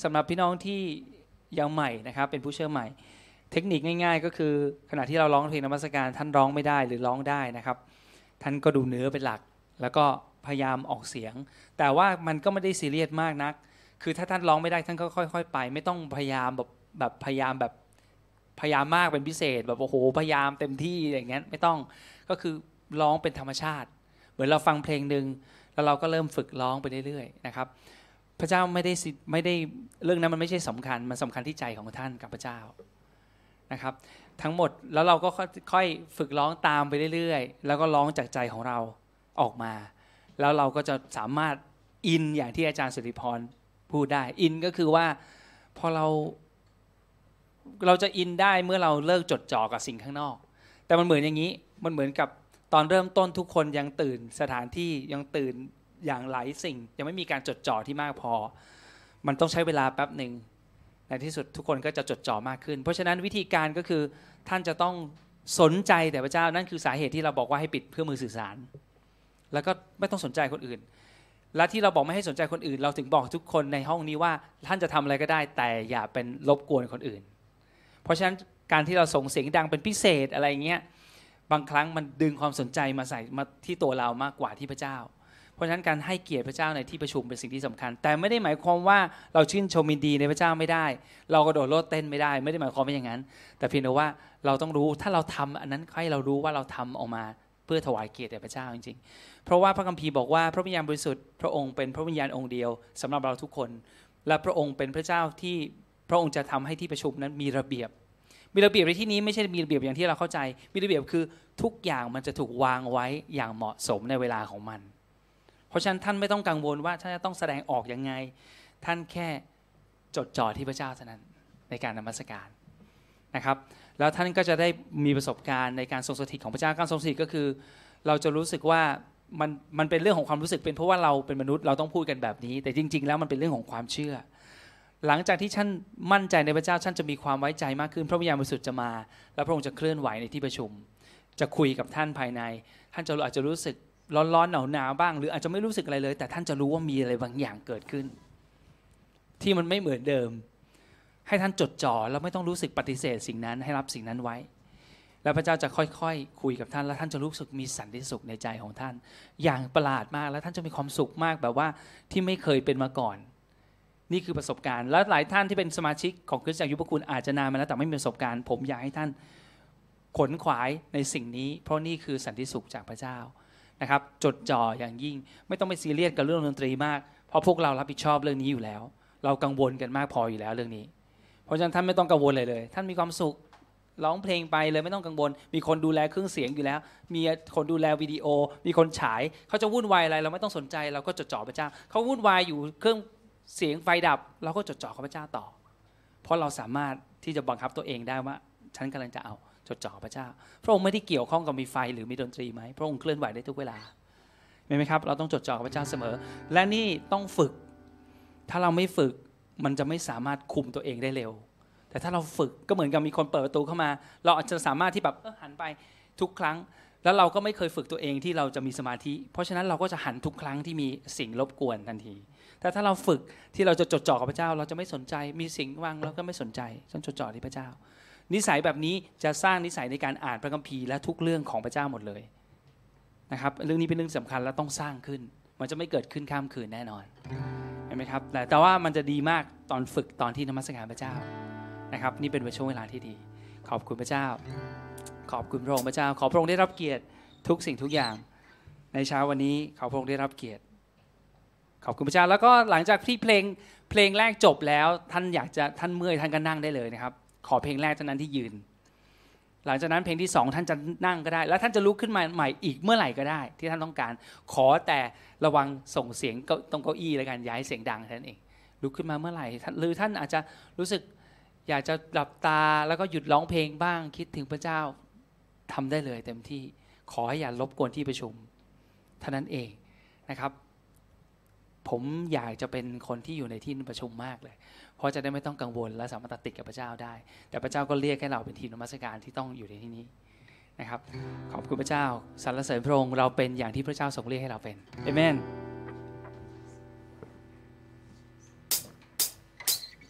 สำหรับพี่น้องที่ยังใหม่นะครับเป็นผู้เชื่อใหม่เทคนิคง่ายๆก็คือขณะที่เราร้องเพลงนมัสการท่านร้องไม่ได้หรือร้องได้นะครับท่านก็ดูเนื้อเป็นหลักแล้วก็พยายามออกเสียงแต่ว่ามันก็ไม่ได้ซีเรียสมากนักคือถ้าท่านร้องไม่ได้ท่านก็ค่อยๆไปไม่ต้องพยายามแบบพยายามมากเป็นพิเศษแบบโอ้โหพยายามเต็มที่อย่างเงี้ยไม่ต้องก็คือร้องเป็นธรรมชาติเหมือนเราฟังเพลงนึงแล้วเราก็เริ่มฝึกร้องไปเรื่อยๆนะครับพระเจ้าไม่ได้เรื่องนั้นมันไม่ใช่สำคัญมันสำคัญที่ใจของท่านกับพระเจ้านะครับทั้งหมดแล้วเราก็ค่อยฝึกร้องตามไปเรื่อยๆแล้วก็ร้องจากใจของเราออกมาแล้วเราก็จะสามารถอินอย่างที่อาจารย์สุริพรพูดได้อินก็คือว่าพอเราจะอินได้เมื่อเราเลิกจดจ่อกับสิ่งข้างนอกแต่มันเหมือนอย่างนี้มันเหมือนกับตอนเริ่มต้นทุกคนยังตื่นสถานที่ยังตื่นอย่างหลายสิ่งยังไม่มีการจดจ่อที่มากพอมันต้องใช้เวลาแป๊บหนึ่งในที่สุดทุกคนก็จะจดจ่อมากขึ้นเพราะฉะนั้นวิธีการก็คือท่านจะต้องสนใจแต่พระเจ้านั่นคือสาเหตุที่เราบอกว่าให้ปิดเครื่องมือสื่อสารแล้วก็ไม่ต้องสนใจคนอื่นและที่เราบอกไม่ให้สนใจคนอื่นเราถึงบอกทุกคนในห้องนี้ว่าท่านจะทำอะไรก็ได้แต่อย่าเป็นรบกวนคนอื่นเพราะฉะนั้นการที่เราส่งเสียงดังเป็นพิเศษอะไรเงี้ยบางครั้งมันดึงความสนใจมาใส่มาที่ตัวเรามากกว่าที่พระเจ้าเพราะฉะนั้นการให้เกียรติพระเจ้าในที่ประชุมเป็นสิ่งที่สำคัญแต่ไม่ได้หมายความว่าเราชื่นชมยินดีในพระเจ้าไม่ได้เรากระโดดโลดเต้นไม่ได้ไม่ได้หมายความว่าอย่างนั้นแต่เพียงแต่ว่าเราต้องรู้ถ้าเราทำอันนั้นให้เรารู้ว่าเราทำออกมาเพื่อถวายเกียรติแด่พระเจ้าจริงๆเพราะว่าพระคัมภีร์บอกว่าพระวิญญาณบริสุทธิ์พระองค์เป็นพระวิญญาณองค์เดียวสำหรับเราทุกคนและพระองค์เป็นพระเจ้าที่พระองค์จะทำให้ที่ประชุมนั้นมีระเบียบในที่นี้ไม่ใช่มีระเบียบอย่างที่เราเข้าใจมีระเบียบคือทุกอย่างมันจะถูกวางไว้อย่างเหมาะสมในเวลาของมันเพราะฉะนั้นท่านไม่ต้องกังวลว่าท่านจะต้องแสดงออกยังไงท่านแค่จดจ่อที่พระเจ้าเท่านั้นในการนมัสการนะครับแล้วท่านก็จะได้มีประสบการณ์ในการทรงสถิตของพระเจ้าการทรงสถิตก็คือเราจะรู้สึกว่ามันเป็นเรื่องของความรู้สึกเป็นเพราะว่าเราเป็นมนุษย์เราต้องพูดกันแบบนี้แต่จริงๆแล้วมันเป็นเรื่องของความเชื่อหลังจากที่ท่านมั่นใจในพระเจ้าท่านจะมีความไว้ใจมากขึ้นพระวิญญาณบริสุทธิ์จะมาแล้วพระองค์จะเคลื่อนไหวในที่ประชุมจะคุยกับท่านภายในท่านอาจจะรู้สึกร้อนๆหนาวๆบ้างหรืออาจจะไม่รู้สึกอะไรเลยแต่ท่านจะรู้ว่ามีอะไรบางอย่างเกิดขึ้นที่มันไม่เหมือนเดิมให้ท่านจดจ่อแล้วไม่ต้องรู้สึกปฏิเสธสิ่งนั้นให้รับสิ่งนั้นไว้แล้วพระเจ้าจะค่อยๆคุยกับท่านแล้วท่านจะรู้สึกมีสันติสุขในใจของท่านอย่างประหลาดมากแล้วท่านจะมีความสุขมากแบบว่าที่ไม่เคยเป็นมาก่อนนี่คือประสบการณ์และหลายท่านที่เป็นสมาชิกของคริสตจักรยุพคุณอาจจะนานมาแล้วแต่ไม่มีประสบการณ์ผมอยากให้ท่านขนขวายในสิ่งนี้เพราะนี่คือสันติสุขจากพระเจ้านะครับจดจ่ออย่างยิ่งไม่ต้องไปซีเรียสกับเรื่องดนตรีมากเพราะพวกเรารับผิดชอบเรื่องนี้อยู่แล้วเรากังวลกันมากพออยู่แล้วเรื่องนี้เพราะฉะนั้นท่านไม่ต้องกังวลเลยท่านมีความสุขร้องเพลงไปเลยไม่ต้องกังวลมีคนดูแลเครื่องเสียงอยู่แล้วมีคนดูแลวิดีโอมีคนฉายเขาจะวุ่นวายอะไรเราไม่ต้องสนใจเราก็จดจ่อพระเจ้าเขาวุ่นวายอยู่เครื่องเสียงไฟดับเราก็จดจ่อพระเจ้าต่อเพราะเราสามารถที่จะบังคับตัวเองได้ว่าฉันกำลังจะเอาจดจ่อพระเจ้าพระองค์ไม่ได้เกี่ยวข้องกับมีไฟหรือมีดนตรีไหมพระองค์เคลื่อนไหวได้ทุกเวลาเห็นไหมครับเราต้องจดจ่อกับพระเจ้าเสมอและนี่ต้องฝึกถ้าเราไม่ฝึกมันจะไม่สามารถคุมตัวเองได้เร็วแต่ถ้าเราฝึกก็เหมือนกับมีคนเปิดประตูเข้ามาเราอาจจะสามารถที่แบบหันไปทุกครั้งแล้วเราก็ไม่เคยฝึกตัวเองที่เราจะมีสมาธิเพราะฉะนั้นเราก็จะหันทุกครั้งที่มีสิ่งรบกวนทันทีแต่ถ้าเราฝึกที่เราจะจดจ่อกับพระเจ้าเราจะไม่สนใจมีสิ่งวางเราก็ไม่สนใจฉันจดจ่อที่พระเจ้านิสัยแบบนี้จะสร้างนิสัยในการอ่านพระคัมภีร์และทุกเรื่องของพระเจ้าหมดเลยนะครับเรื่องนี้เป็นเรื่องสำคัญและต้องสร้างขึ้นมันจะไม่เกิดขึ้นข้ามคืนแน่นอนเห็นไหมครับแต่ว่ามันจะดีมากตอนฝึกตอนที่นมัสการพระเจ้านะครับนี่เป็นช่วงเวลาที่ดีขอบคุณพระเจ้าขอบคุณพระองค์พระเจ้าขอพระองค์ได้รับเกียรติทุกสิ่งทุกอย่างในเช้าวันนี้ขอพระองค์ได้รับเกียรติขอบคุณพระเจ้าแล้วก็หลังจากที่เพลงแรกจบแล้วท่านเมื่อยท่านก็นั่งได้เลยนะครับขอเพลงแรกเท่านั้นที่ยืนหลังจากนั้นเพลงที่2ท่านจะนั่งก็ได้แล้วท่านจะลุกขึ้นมาใหม่อีกเมื่อไหร่ก็ได้ที่ท่านต้องการขอแต่ระวังส่งเสียงตรงเก้าอี้แล้วกันย้ายเสียงดังแค่นั้นเองลุกขึ้นมาเมื่อไหร่หรือท่านอาจจะรู้สึกอยากจะหลับตาแล้วก็หยุดร้องเพลงบ้างคิดถึงพระเจ้าทำได้เลยเต็มที่ขอให้อย่ารบกวนที่ประชุมเท่านั้นเองนะครับผมอยากจะเป็นคนที่อยู่ในที่ประชุมมากเลยเพราะจะได้ไม่ต้องกังวลและสามารถติดกับพระเจ้าได้แต่พระเจ้าก็เรียกให้เราเป็นทีมนมัสการที่ต้องอยู่ในที่นี้นะครับขอบคุณพระเจ้าสรรเสริญพระองค์เราเป็นอย่างที่พระเจ้าทรงเรียกให้เราเป็นเอเมน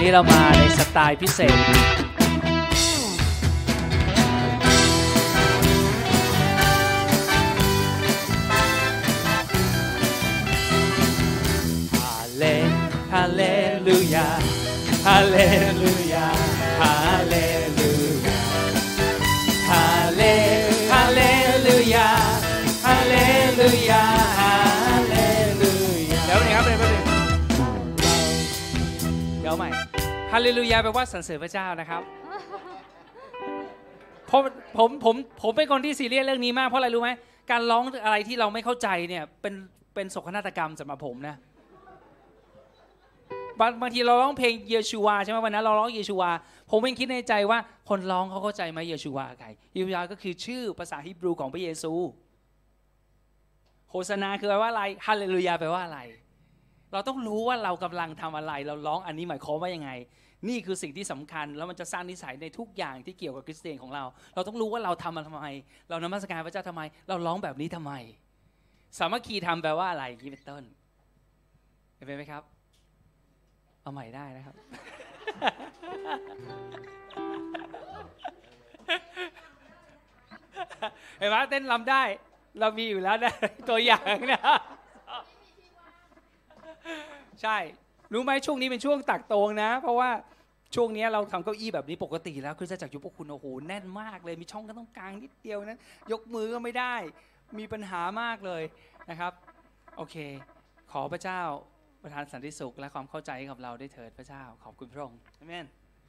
นี้เรามาในสไตล์พิเศษฮาเลลูยาฮาเลลูยาฮาเลลูยาฮาเลฮาเลลูยาฮาเลลูยาฮาเลลูยาเดี๋ยวนี้ครับเดี๋ยวใหม่ฮาเลลูยาแปลว่าสรรเสริญพระเจ้านะครับผมเป็นคนที่ซีเรียสเรื่องนี้มากเพราะอะไรรู้ไหมการร้องอะไรที่เราไม่เข้าใจเนี่ยเป็นโศกนาฏกรรมสำหรับผมนะบางทีเราร้องเพลงเยชูวาใช่ไหมวันนั้นเราร้องเยชูวาผมเองคิดในใจว่าคนร้องเขาเข้าใจไหมเยชูวาใครเยชูวาก็คือชื่อภาษาฮีบรูของพระเยซูโฮสนาคือแปลว่าอะไรฮาเลลูยาแปลว่าอะไรเราต้องรู้ว่าเรากำลังทำอะไรเราร้องอันนี้หมายความว่ายังไงนี่คือสิ่งที่สำคัญแล้วมันจะสร้างนิสัยในทุกอย่างที่เกี่ยวกับคริสเตียนของเราต้องรู้ว่าเราทำมันทำไมเรานมัสการพระเจ้าทำไมเราร้องแบบนี้ทำไมสามัคคีทำแปลว่าอะไรนี่เป็นต้นเห็นไหมครับเอาใหม่ได้นะครับเห็นไหมเต้นรำได้เรามีอยู่แล้วนะตัวอย่างนะใช่รู้ไหมช่วงนี้เป็นช่วงตักตวงนะเพราะว่าช่วงนี้เราทำเก้าอี้แบบนี้ปกติแล้วคือจะจากยุคพวกคุณโอ้โหแน่นมากเลยมีช่องกันตรงกลางนิดเดียวนั้นยกมือก็ไม่ได้มีปัญหามากเลยนะครับโอเคขอพระเจ้าประทานสันติสุขและความเข้าใจให้กับเราได้เถิดพระเจ้าขอบคุณพระองค์อาเมน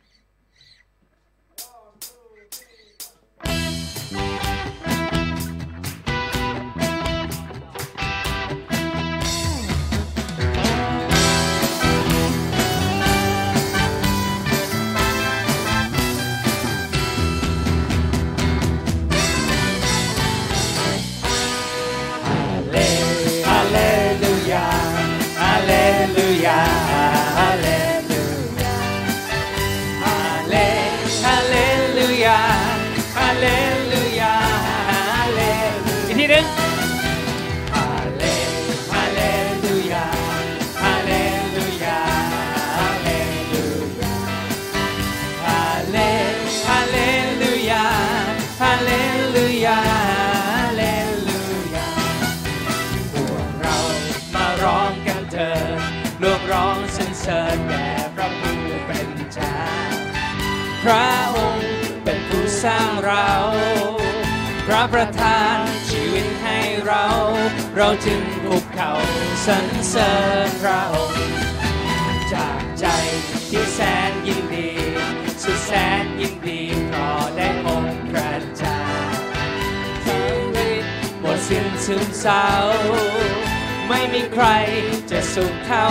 เชิญแด่พระผู้เป็นเจ้าพระองค์เป็นผู้สร้างเราพระประทานชีวิตให้เราจึงคุกเข่าสรรเสริญพระองค์จากใจที่แสนยินดีสุดแสนยินดีเพราะได้องค์พระเจ้าชีวิตหมดสิ้นซึมเศร้าไม่มีใครจะสุขเท่า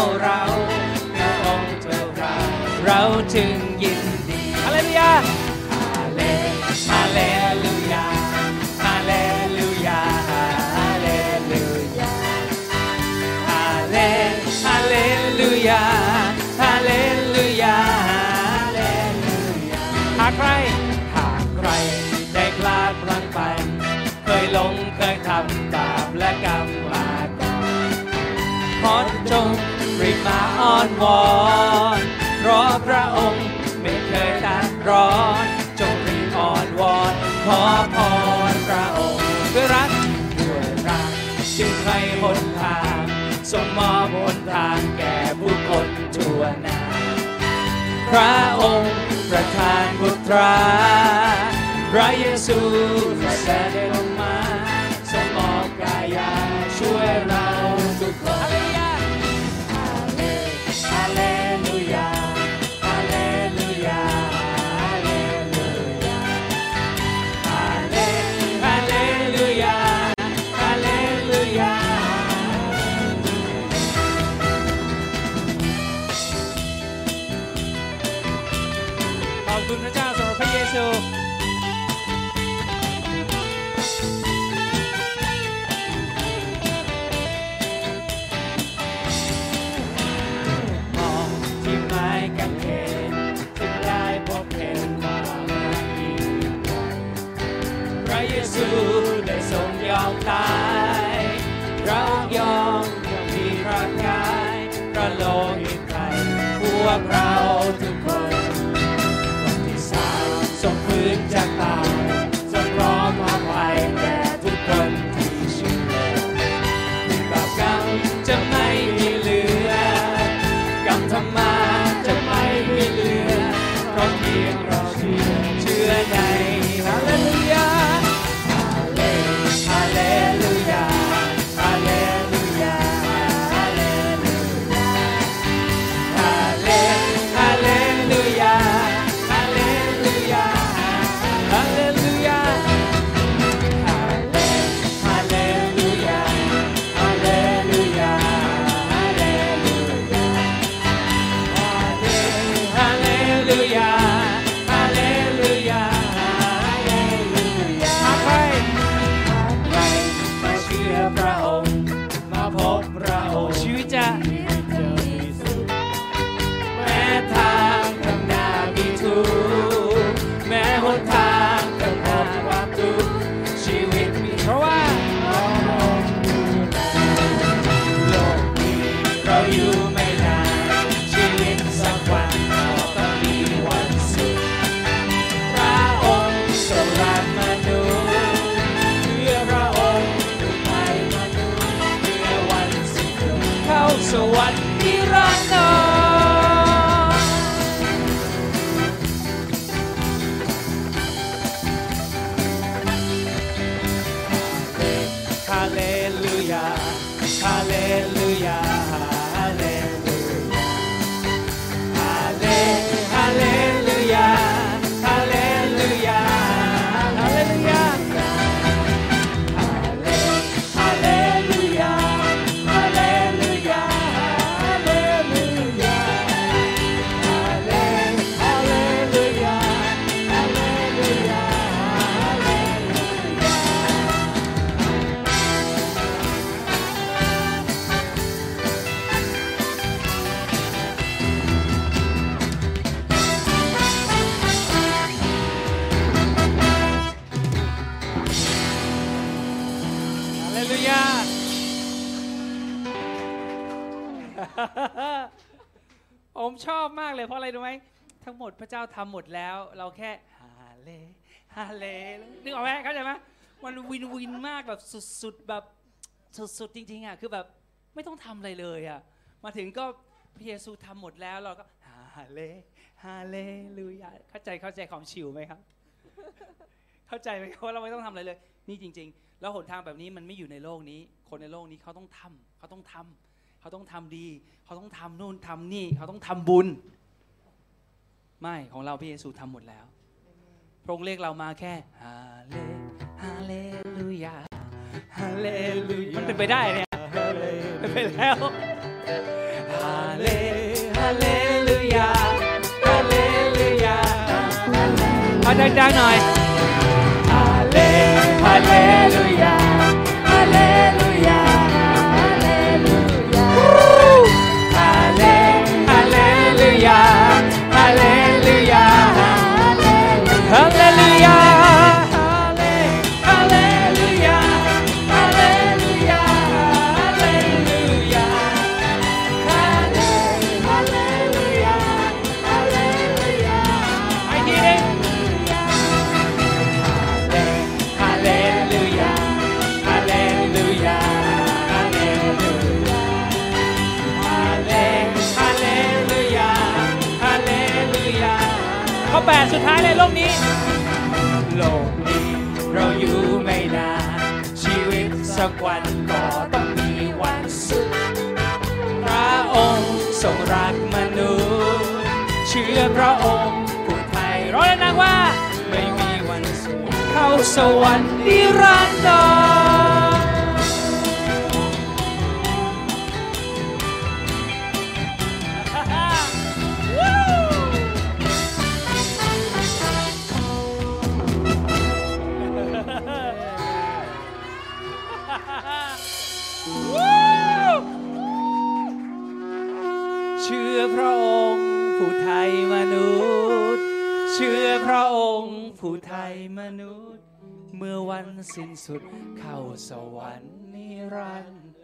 เราจึงยินดีฮาเลลูยาฮาเลลูยาฮาเลลูยาฮาเลลูยาฮาเลลูยาฮาเลลูยาฮาเลลูยาหากใครได้พลาดพลั้งไปเคยหลงเคยทำบาปและกรรมมาก่อนขอจงรีบมาอ้อนวอนเพราะพระองค์ไม่เคยตัดร้อนจงรีบอ้อนวอนขอพรพระองค์ด้วยรักจึงให้หนทางทรงมอบหนทางแก่ผู้คนทั่วหน้าพระองค์ประทานบุตราพระเยซูเสด็จลงมาทรงมอบกายาช่วยเราทุกคนขอบคุณพระเจ้าสำหรับพระเยซูมองที่ไม้กางเขนจึงได้พบเห็นความยิ่งใหญ่พระเยซูได้ทรงยอมตายเรายอมมีพระกายพระโลหิตไทยพวกเราทุกลูยาฮาเลลูยาใครมาเชื่อพระองค์มาพบพระองค์ชีวิตจะมีสุขแม้ทางข้างหน้ามีทุกข์แม้หนทางข้างหน้าความทุกข์ชีวิตมีเพราะว่าโลกนี้เราอยู่ไม่นานชีวิตสักวันเราต้องมีวันสุขพระองค์ทรงรักมนุษย์เพื่อพระองค์ให้มนุษย์เพื่อวันสิ้นสุดเข้าสวรรค์นิรันดร์ฮาเลลูยาฮาเลลูยาฮาเลลูยาฮาเลฮาเลลูยาฮาเลลูยาฮาเลลูยาฮาเลลูยาฮาเลลูยาฮาเลลูยาฮาเลฮาเลลูยาฮาเลลูยาฮาเลลูยาผมชอบมากเลยเพราะอะไรรู้ไหมทั้งหมดพระเจ้าทำหมดแล้วเราแค่ฮาเลฮาเลนึกออกไหมเข้าใจไหมมันวินมากแบบสุดๆแบบสุดๆจริงๆอ่ะคือแบบไม่ต้องทำอะไรเลยอ่ะมาถึงก็พระเยซูทำหมดแล้วเราก็ฮาเลฮาเลลูยาเข้าใจความชิวไหมครับ เข้าใจไหมว่าเราไม่ต้องทำอะไรเลยนี่จริงๆแล้วหนทางแบบนี้มันไม่อยู่ในโลกนี้คนในโลกนี้เขาต้องทำเขาต้องทำดีเขาต้องทำนู่นทำนี่เขาต้องทำบุญไม่ของเราพระเยซูทำหมดแล้วพระองค์เรียกเรามาแค่ฮาเลลูยาฮาเลลูยามันเป็นไปได้เนี่ยเป็นไปแล้วฮาเลลูยาฮาเลลูยาเอาดังๆหน่อยฮาเลลูยาฮาเลลูยาฮาเลลูยาฮาเลลูยาฮาเลลูยาฮาเลลูยาฮาเลลูยาฮาเลลูยาฮาเลลูยาฮาเลลูยาฮาเลลูยาไอ้ทีนึงฮาเลลูยาฮาเลลูยาฮาเลลูยาฮาเลลูยาฮาเลลูยาข้อ8สุดท้ายเลยโลกนี้เราอยู่ไม่นานชีวิตสักวันก็ต้องมีวันสุดพระองค์ทรงรักมนุษย์เชื่อพระองค์ผู้ไทยร้องดังๆว่าไม่มีวันสุดเข้าสวรรค์นิรันดร์เชื่อพระองค์ผู้ไทยมนุษย์เชื่อพระองค์ผู้ไทยมนุษย์เมื่อวันสิ้นสุดเข้าสวรรค์นิรันดร์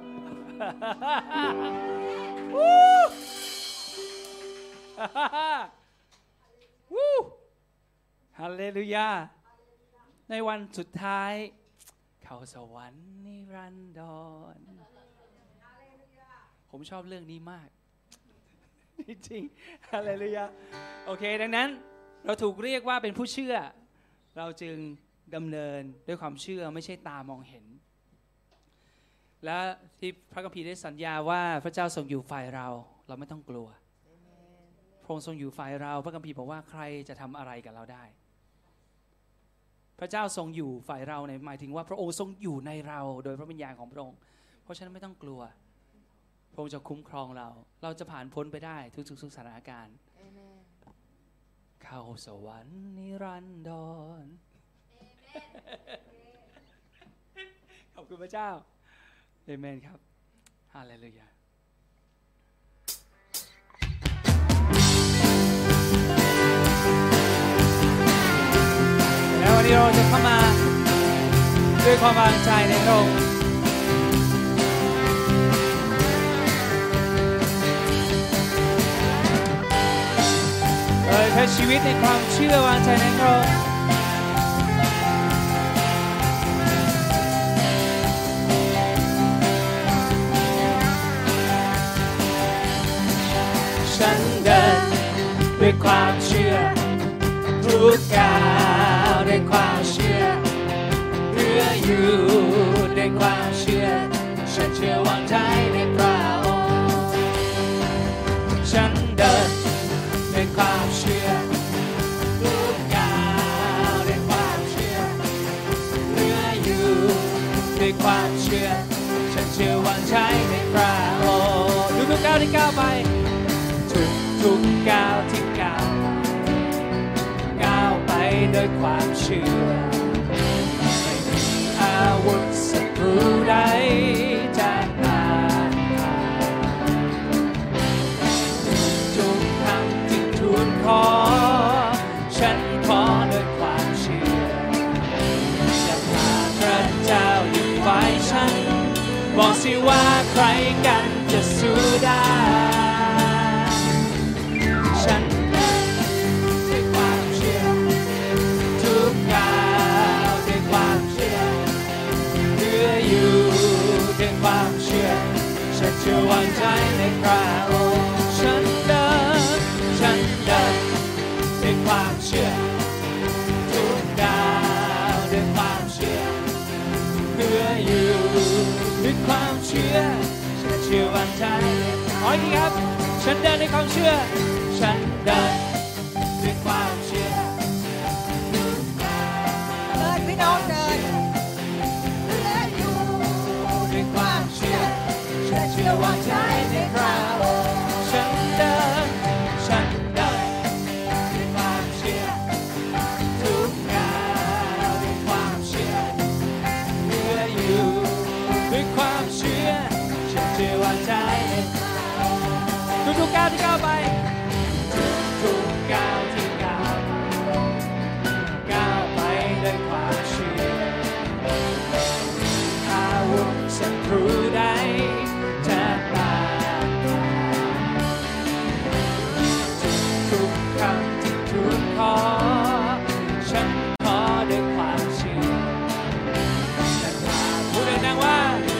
ฮาเลลูยาในวันสุดท้ายเข้าสวรรค์นิรันดรผมชอบเรื่องนี้มากจริงๆฮาเลลูยาโอเคดังนั้นเราถูกเรียกว่าเป็นผู้เชื่อเราจึงดำเนินด้วยความเชื่อไม่ใช่ตามองเห็นและที่พระคัมภีร์ได้สัญญาว่าพระเจ้าทรงอยู่ฝ่ายเราไม่ต้องกลัวพระองค์ทรงอยู่ฝ่ายเราพระคัมภีร์บอกว่าใครจะทำอะไรกับเราได้พระเจ้าทรงอยู่ฝ่ายเราในหมายถึงว่าพระองค์ทรงอยู่ในเราโดยพระวิญญาณของพระองค์เพราะฉะนั้นไม่ต้องกลัวพระองค์จะคุ้มครองเราจะผ่านพ้นไปได้ทุกสถานการณ์เข้าสวรรค์นิรันดรขอบคุณพระเจ้าเอเมนครับฮาเลลูยาแล้ววันนี้เราจะเข้ามาด้วยความวางใจในพระองค์ใช้ชีวิตในความเชื่อวางใจในพระองค์ฉันเดินด้วยความเชื่อทุกก้าวด้วยความเชื่อเพื่ออยู่ด้วยความเชื่อฉันเชื่อวางใจในพระองค์ฉันเดินด้วยความเชื่อทุกก้าวด้วยความเชื่อเพื่ออยู่ด้วยความเชื่อฉันเชื่อวางใจในพระองค์ทุกก้าวที่ก้าวไปทุกก้าวที่ก้าวไปด้วยความเชื่อไม่มีอาวุธศัตรูใดจะต้านทานทุกคำที่ทูลขอฉันขอด้วยความเชื่อจะพาพระเจ้าอยู่ฝ่ายฉันบอกสิว่าใครกันจะสู้ได้ฉันด้วยความเชื่อทุกก้าวด้วยความเชื่อเพื่ออยู่ด้วยความเชื่อฉันเชื่อวางใจในพระองค์ฉันเดินด้วยความเชื่อทุกก้าวด้วยความเชื่อเพื่ออยู่ด้วยความเชื่อฉันเชื่อวางใจขออีกครับฉันเดินด้วยความเชื่อฉันเดินด้วยความเชื่อพี่น้องเดินเพื่ออยู่ด้วยความเชื่อฉันเชื่อวางใจในพระองค์ฉันเดินด้วยความเชื่อทุกก้าวด้วยความเชื่อเพื่ออยู่ด้วยความเชื่อฉันเชื่อวางใจในพระองค์ทุกก้าวที่ก้าวไปทุกก้าวที่ก้าวไปด้วยความเชื่ออาวุธศัตรูใดจะต้านทานทุกคำที่ทูลขอฉันขอด้วยความเชื่อฉันมาพูดดังๆว่า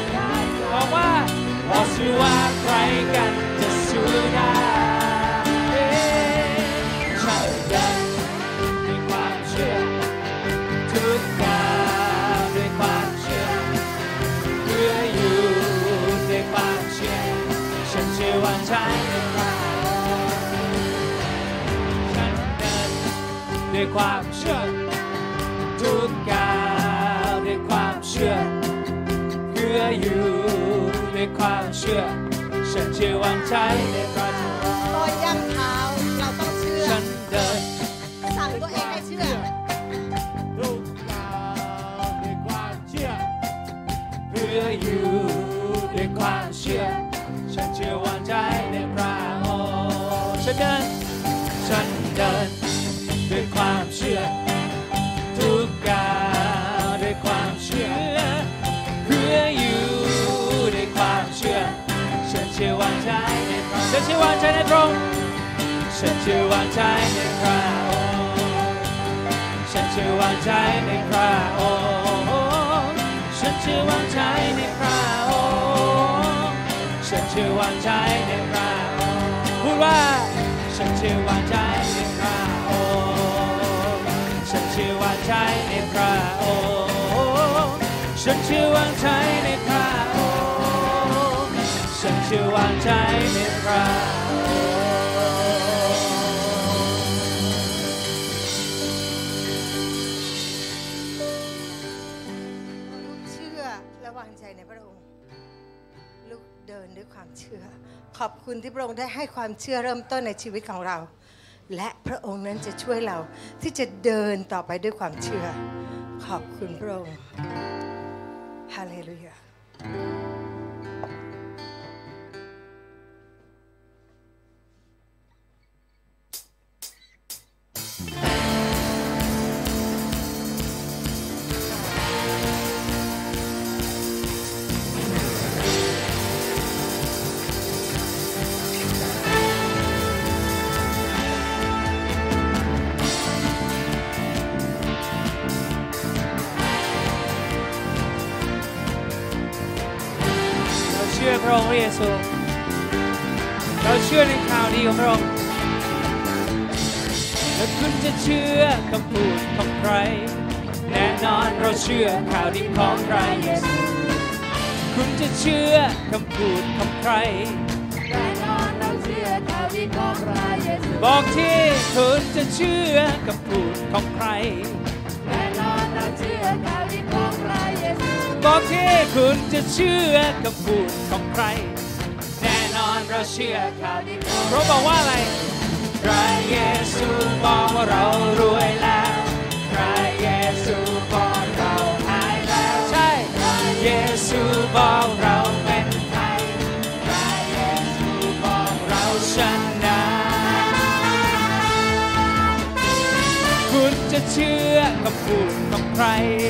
บอกสิว่าใครกันจะสู้ได้วางใจในพระฉันเดินด้วยความเชื่อทุกก้าวด้วยความเชื่อเพื่ออยู่ด้วยความเชื่อฉันเชื่อวางใจในพระตอนย่ำเท้าเราต้องเชื่อฉันเดินสั่งตัวเองให้เชื่อทุกก้าวด้วยความเชื่อเพื่ออยู่ด้วยความเชื่อฉันเชื่อวางใจในพระองค์ฉันเดินด้วยความเชื่อทุกก้าวด้วยความเชื่อเพื่ออยู่ด้วยความเชื่อฉันเชื่อวางใจในพระฉันเชื่อวางใจในพระองค์ฉันเชื่อวางใจในพระองค์ฉันเชื่อวางใจในพระองค์ฉันเชื่อวางใจในพระองค์ฉันเชื่อวางใจในพระองค์พูดว่าฉันเชื่อวางใจในพระองค์ฉันเชื่อวางใจในพระองค์ฉันเชื่อวางใจในพระองค์ฉันเชื่อวางใจในพระเชื่อและวางใจในพระองค์ลูกเดินด้วยความเชื่อขอบคุณที่พระองค์ได้ให้ความเชื่อเริ่มต้นในชีวิตของเราและพระองค์นั้นจะช่วยเราที่จะเดินต่อไปด้วยความเชื่อขอบคุณพระองค์ฮาเลลูยาเชื่อพระองค์พระเยซูเราเชื่อในข่าวดีของพระองค์และคุณจะเชื่อคำพูดของใครแน่นอนเราเชื่อข่าวดีของพระเยซูคุณจะเชื่อคำพูดของใครแน่นอนเราเชื่อข่าวดีของพระเยซูบอกที่คุณจะเชื่อคำพูดของใครแน่นอนเราเชื่อข่าวดีของพระเยซูบอกที่คุณจะเชื่อคำพูดของใครแน่นอนเราเชื่อข่าวดีของพระบอกว่าอะไรพระเยซูบอกว่าเรารวยแล้วพระเยซูบอกเราหายแล้วใช่พระเยซูบอกเราเป็นไทยพระเยซูบอกเราชนะคุณจะเชื่อคำพูดของใคร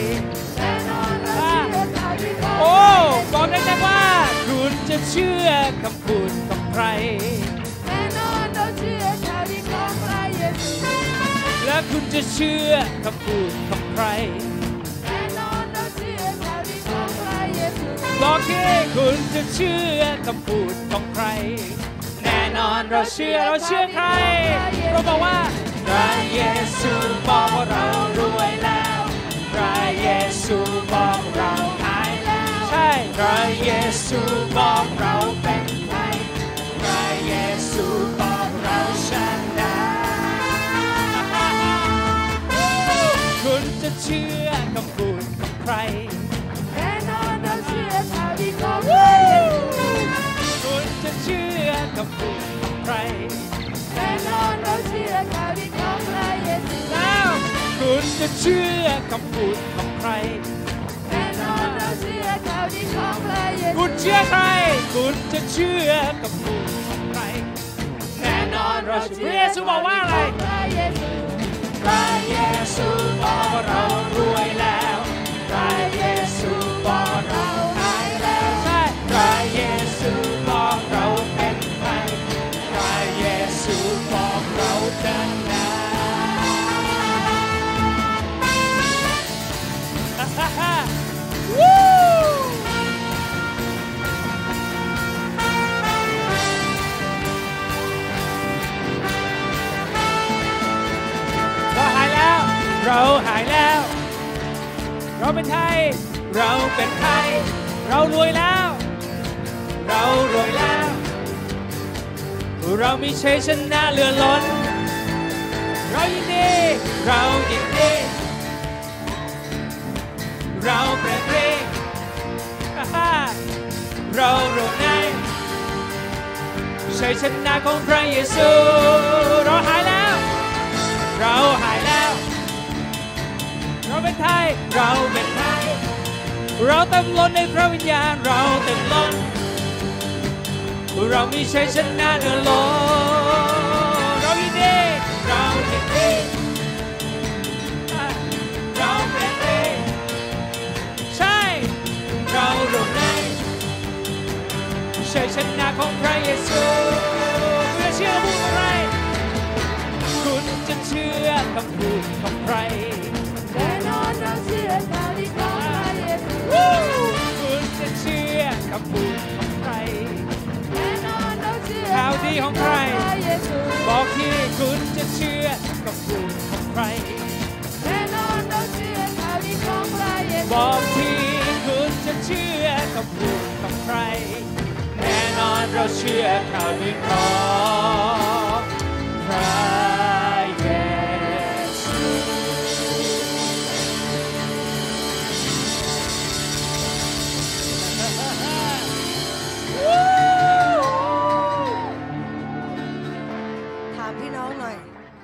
โอ้บอกได้จังว่าคุณจะเชื่อคำพูดของใครแน่นอนเราเชื่อข่าวดีของพระเยซูและคุณจะเชื่อคำพูดของใครแน่นอนเราเชื่อข่าวดีของพระเยซูบอกที่คุณจะเชื่อคำพูดของใครแน่นอนเราเชื่อใครเราบอกว่าพระเยซูบอกว่าเรารวยแล้วพระเยซูบอกเราหายแล้วใช่พระเยซูบอกเราเป็นไทยพระเยซูบอกเราชนะคุณจะเชื่อคำพูดของใครแน่นอนเราเชื่อข่าวดีของพระเยซูคุณจะเชื่อคำพูดของใครแน่นอนเราเชื่อข่าวดีของพระเยซูแล้วคุณจะเชื่อคำพูดของใครแน่นอนเราเชื่อข่าวดีของพระเยซูคุณเชื่อใครคุณจะเชื่อคำพูดของใครแน่นอนเราเชื่อพระเยซูบอกว่าอะไรพระเยซูบอกว่าเรารวยแล้วพระเยซูบอกว่าเราหายแล้วใช่พระเยซูบอกเราเป็นไทยพระเยซูบอกเราชนะวู้เราหายแล้วเราเป็นไทยเราเป็นไทยเรารวยแล้วเรารวยแล้วเรามีชัยชนะเหลือล้นเรายินดีเรายินดีเราเปลี่ยนเพลงเรารู้ในชัยชนะของพระเยซูเราหายแล้วเราหายแล้วเราเป็นไทยเราเป็นไทยเราเต็มล้นในพระวิญญาณเราเต็มล้นเรามีชัยชนะเหนือล้นเรายินดีเรายินดีเราเป็นเองใช่เรารู้ในชัยชนะของพระเยซูคุณจะเชื่อพูดอะไรคุณจะเชื่อคำพูดของใครแน่นอนเราเชื่อข่าวดีของพระเยซูคุณจะเชื่อคำพูดของใครแน่นอนเราเชื่อข่าวดีของใครบอกที่คุณจะเชื่อคำพูดของใครแน่นอนเราเชื่อข่าวดีของพระเยซูบอกที่คุณจะเชื่อคำพูดของใครแน่นอนเราเชื่อข่าวดีของพระเยซูถามพี่น้องหน่อย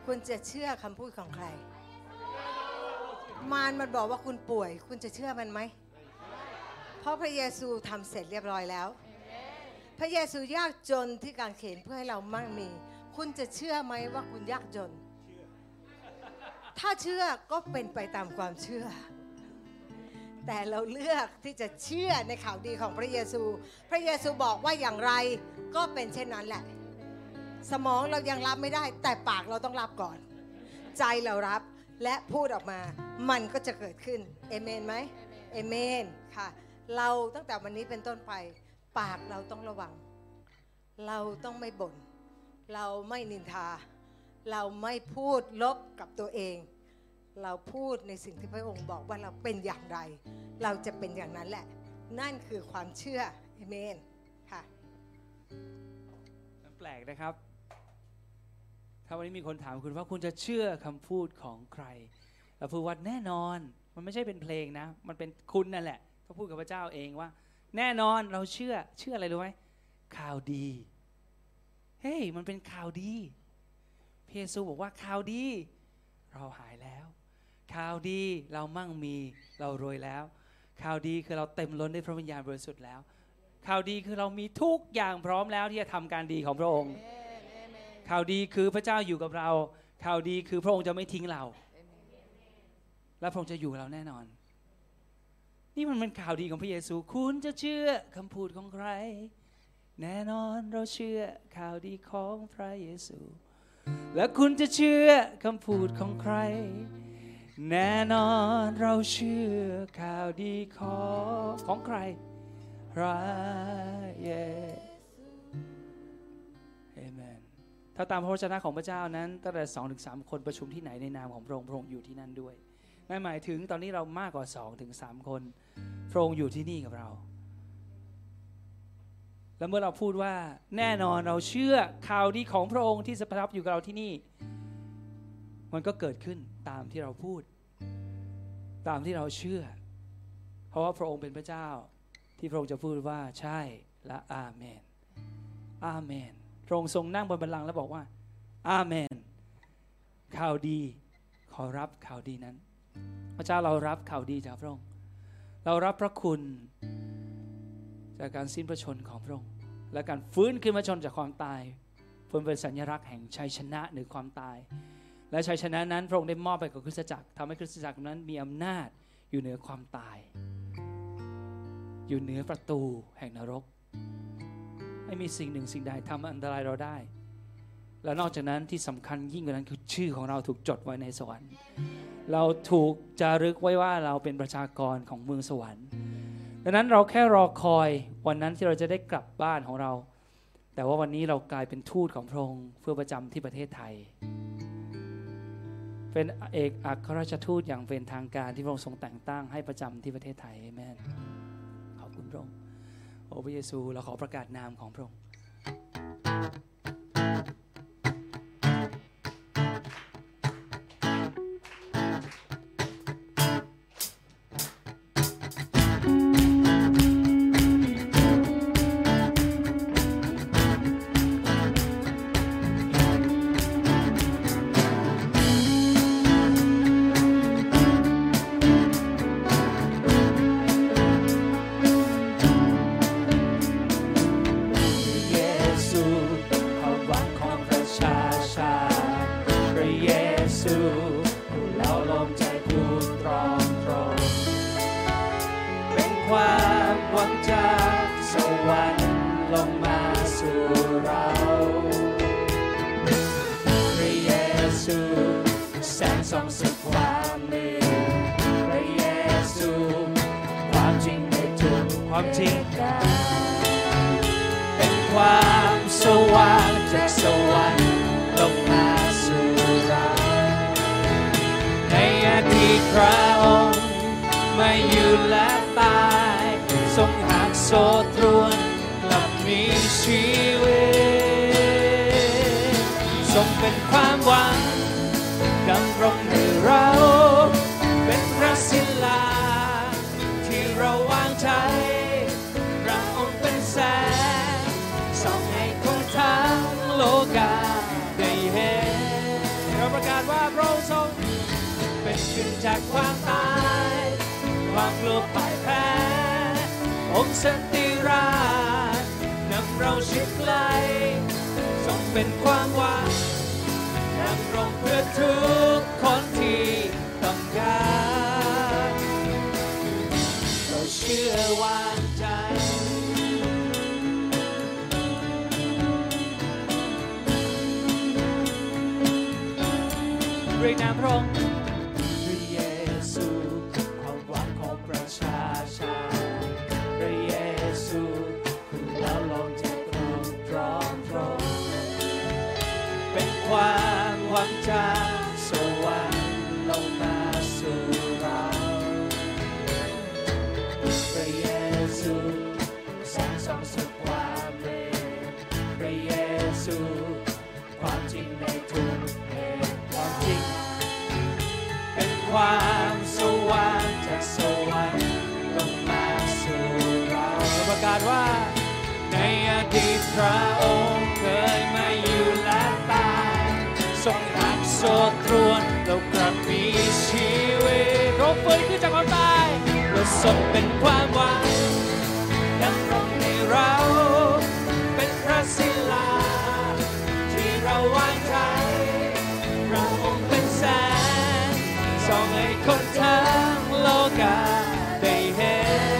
คุณจะเชื่อคำพูดของใครมารมันบอกว่าคุณป่วยคุณจะเชื่อมันไหมเพราะพระเยซูทำเสร็จเรียบร้อยแล้วพระเยซูยากจนที่กางเขนเพื่อให้เรามั่งมีคุณจะเชื่อไหมว่าคุณยากจนถ้าเชื่อก็เป็นไปตามความเชื่อแต่เราเลือกที่จะเชื่อในข่าวดีของพระเยซูพระเยซูบอกว่าอย่างไรก็เป็นเช่นนั้นแหละสมองเรายังรับไม่ได้แต่ปากเราต้องรับก่อนใจเรารับและพูดออกมามันก็จะเกิดขึ้นเอเมนไหมเอเมนค่ะเราตั้งแต่วันนี้เป็นต้นไปปากเราต้องระวังเราต้องไม่บ่นเราไม่นินทาเราไม่พูดลบกับตัวเองเราพูดในสิ่งที่พระองค์บอกว่าเราเป็นอย่างไรเราจะเป็นอย่างนั้นแหละนั่นคือความเชื่อเอเมนค่ะแปลกนะครับถ้าวันนี้มีคนถามคุณว่าคุณจะเชื่อคำพูดของใครเราพูดว่าแน่นอนมันไม่ใช่เป็นเพลงนะมันเป็นคุณนั่นแหละเขาพูดกับพระเจ้าเองว่าแน่นอนเราเชื่ออะไรรู้ไหมข่าวดีเฮ้ยมันเป็นข่าวดีพระเยซูบอกว่าข่าวดีเราหายแล้วข่าวดีเรามั่งมีเรารวยแล้วข่าวดีคือเราเต็มล้นด้วยพระวิญญาณบริสุทธิ์แล้วข่าวดีคือเรามีทุกอย่างพร้อมแล้วที่จะทำการดีของพระองค์ข่าวดีคือพระเจ้าอยู่กับเราข่าวดีคือพระองค์จะไม่ทิ้งเราและพระองค์จะอยู่กับเราแน่นอนนี่มันเป็นข่าวดีของพระเยซูคุณจะเชื่อคำพูดของใครแน่นอนเราเชื่อข่าวดีของพระเยซูและคุณจะเชื่อคำพูดของใครแน่นอนเราเชื่อข่าวดีของใครพระเยซูเอเมนถ้าตามพระวจนะของพระเจ้านั้นตั้งแต่ 2-3 คนประชุมที่ไหนในนามของพระองค์พระองค์อยู่ที่นั่นด้วยนั่นหมายถึงตอนนี้เรามากกว่า 2-3 คนพระองค์อยู่ที่นี่กับเราและเมื่อเราพูดว่าแน่นอนเราเชื่อข่าวดีของพระองค์ที่จะประทับอยู่กับเราที่นี่มันก็เกิดขึ้นตามที่เราพูดตามที่เราเชื่อเพราะว่าพระองค์เป็นพระเจ้าที่พระองค์จะพูดว่าใช่และอาเมนอาเมนพระองค์ทรงนั่งบนบัลลังก์แล้วบอกว่าอาเมนข่าวดีขอรับข่าวดีนั้นพระเจ้าเรารับข่าวดีจากพระองค์เรารับพระคุณจากการสิ้นพระชนม์ของพระองค์และการฟื้นขึ้นมาชนจากความตายเพื่อเป็นสัญลักษณ์แห่งชัยชนะเหนือความตายและชัยชนะนั้นพระองค์ได้มอบไปกับคริสตจักรทำให้คริสตจักรนั้นมีอำนาจอยู่เหนือความตายอยู่เหนือประตูแห่งนรกไม่มีสิ่งหนึ่งสิ่งใดทำอันตรายเราได้และนอกจากนั้นที่สำคัญยิ่งกว่านั้นคือชื่อของเราถูกจดไว้ในสวรรค์เราถูกจารึกไว้ว่าเราเป็นประชากรของเมืองสวรรค์ดังนั้นเราแค่รอคอยวันนั้นที่เราจะได้กลับบ้านของเราแต่ว่าวันนี้เรากลายเป็นทูตของพระองค์เพื่อประจำที่ประเทศไทยเป็นเอกอัครราชทูตอย่างเป็นทางการที่พระองค์ทรงแต่งตั้งให้ประจำที่ประเทศไทยอาเมนขอบคุณพระองค์โอ้พระเยซูเราขอประกาศนามของพระองค์เป็นความสว่างจากสวรรค์ลงมาสู่เราในอาทิตย์พระองค์ไม่อยู่และตายทรงหักโซ่ตรวนกลับมีชีวิตทรงเป็นความหวังดำรงให้เราเป็นพระศิลาที่เราวางใจพระองค์เป็นแสงส่องให้คนทั้งโลกาได้เห็นเราประกทรงเป็นขึ้นจากความตายความกลัวพ่ายแพ้องค์สันติราชนำเราชิดไกลทรงเป็นความหวังดำรงเพื่อทุกคนที่ต้องการเราเชื่อวางใจเรียกนามพระองค์พระเยซูความหวังของประชาชาติพระเยซูผู้แล้วลงจากตรงเป็นความหวังจากสวรรค์ลงมาสู่เราพระเยซูแสงส่องสุดความดีพระเยซูความจริงในทุกเหตุความจริงเป็นความสว่างจากสวรรค์ลงมาสู่เราประกาศว่าในอดีตพระองค์เคยมาอยู่และตายทรงหักโซ่ตรวนเรากลับมีชีวิตเราฟื้นขึ้นจากความตายเราทรงเป็นความหวังดำรงในเราเป็นพระศิลาที่เราวางใจพระองค์เป็นแสงส่องให้คนทั้งโลกาได้เห็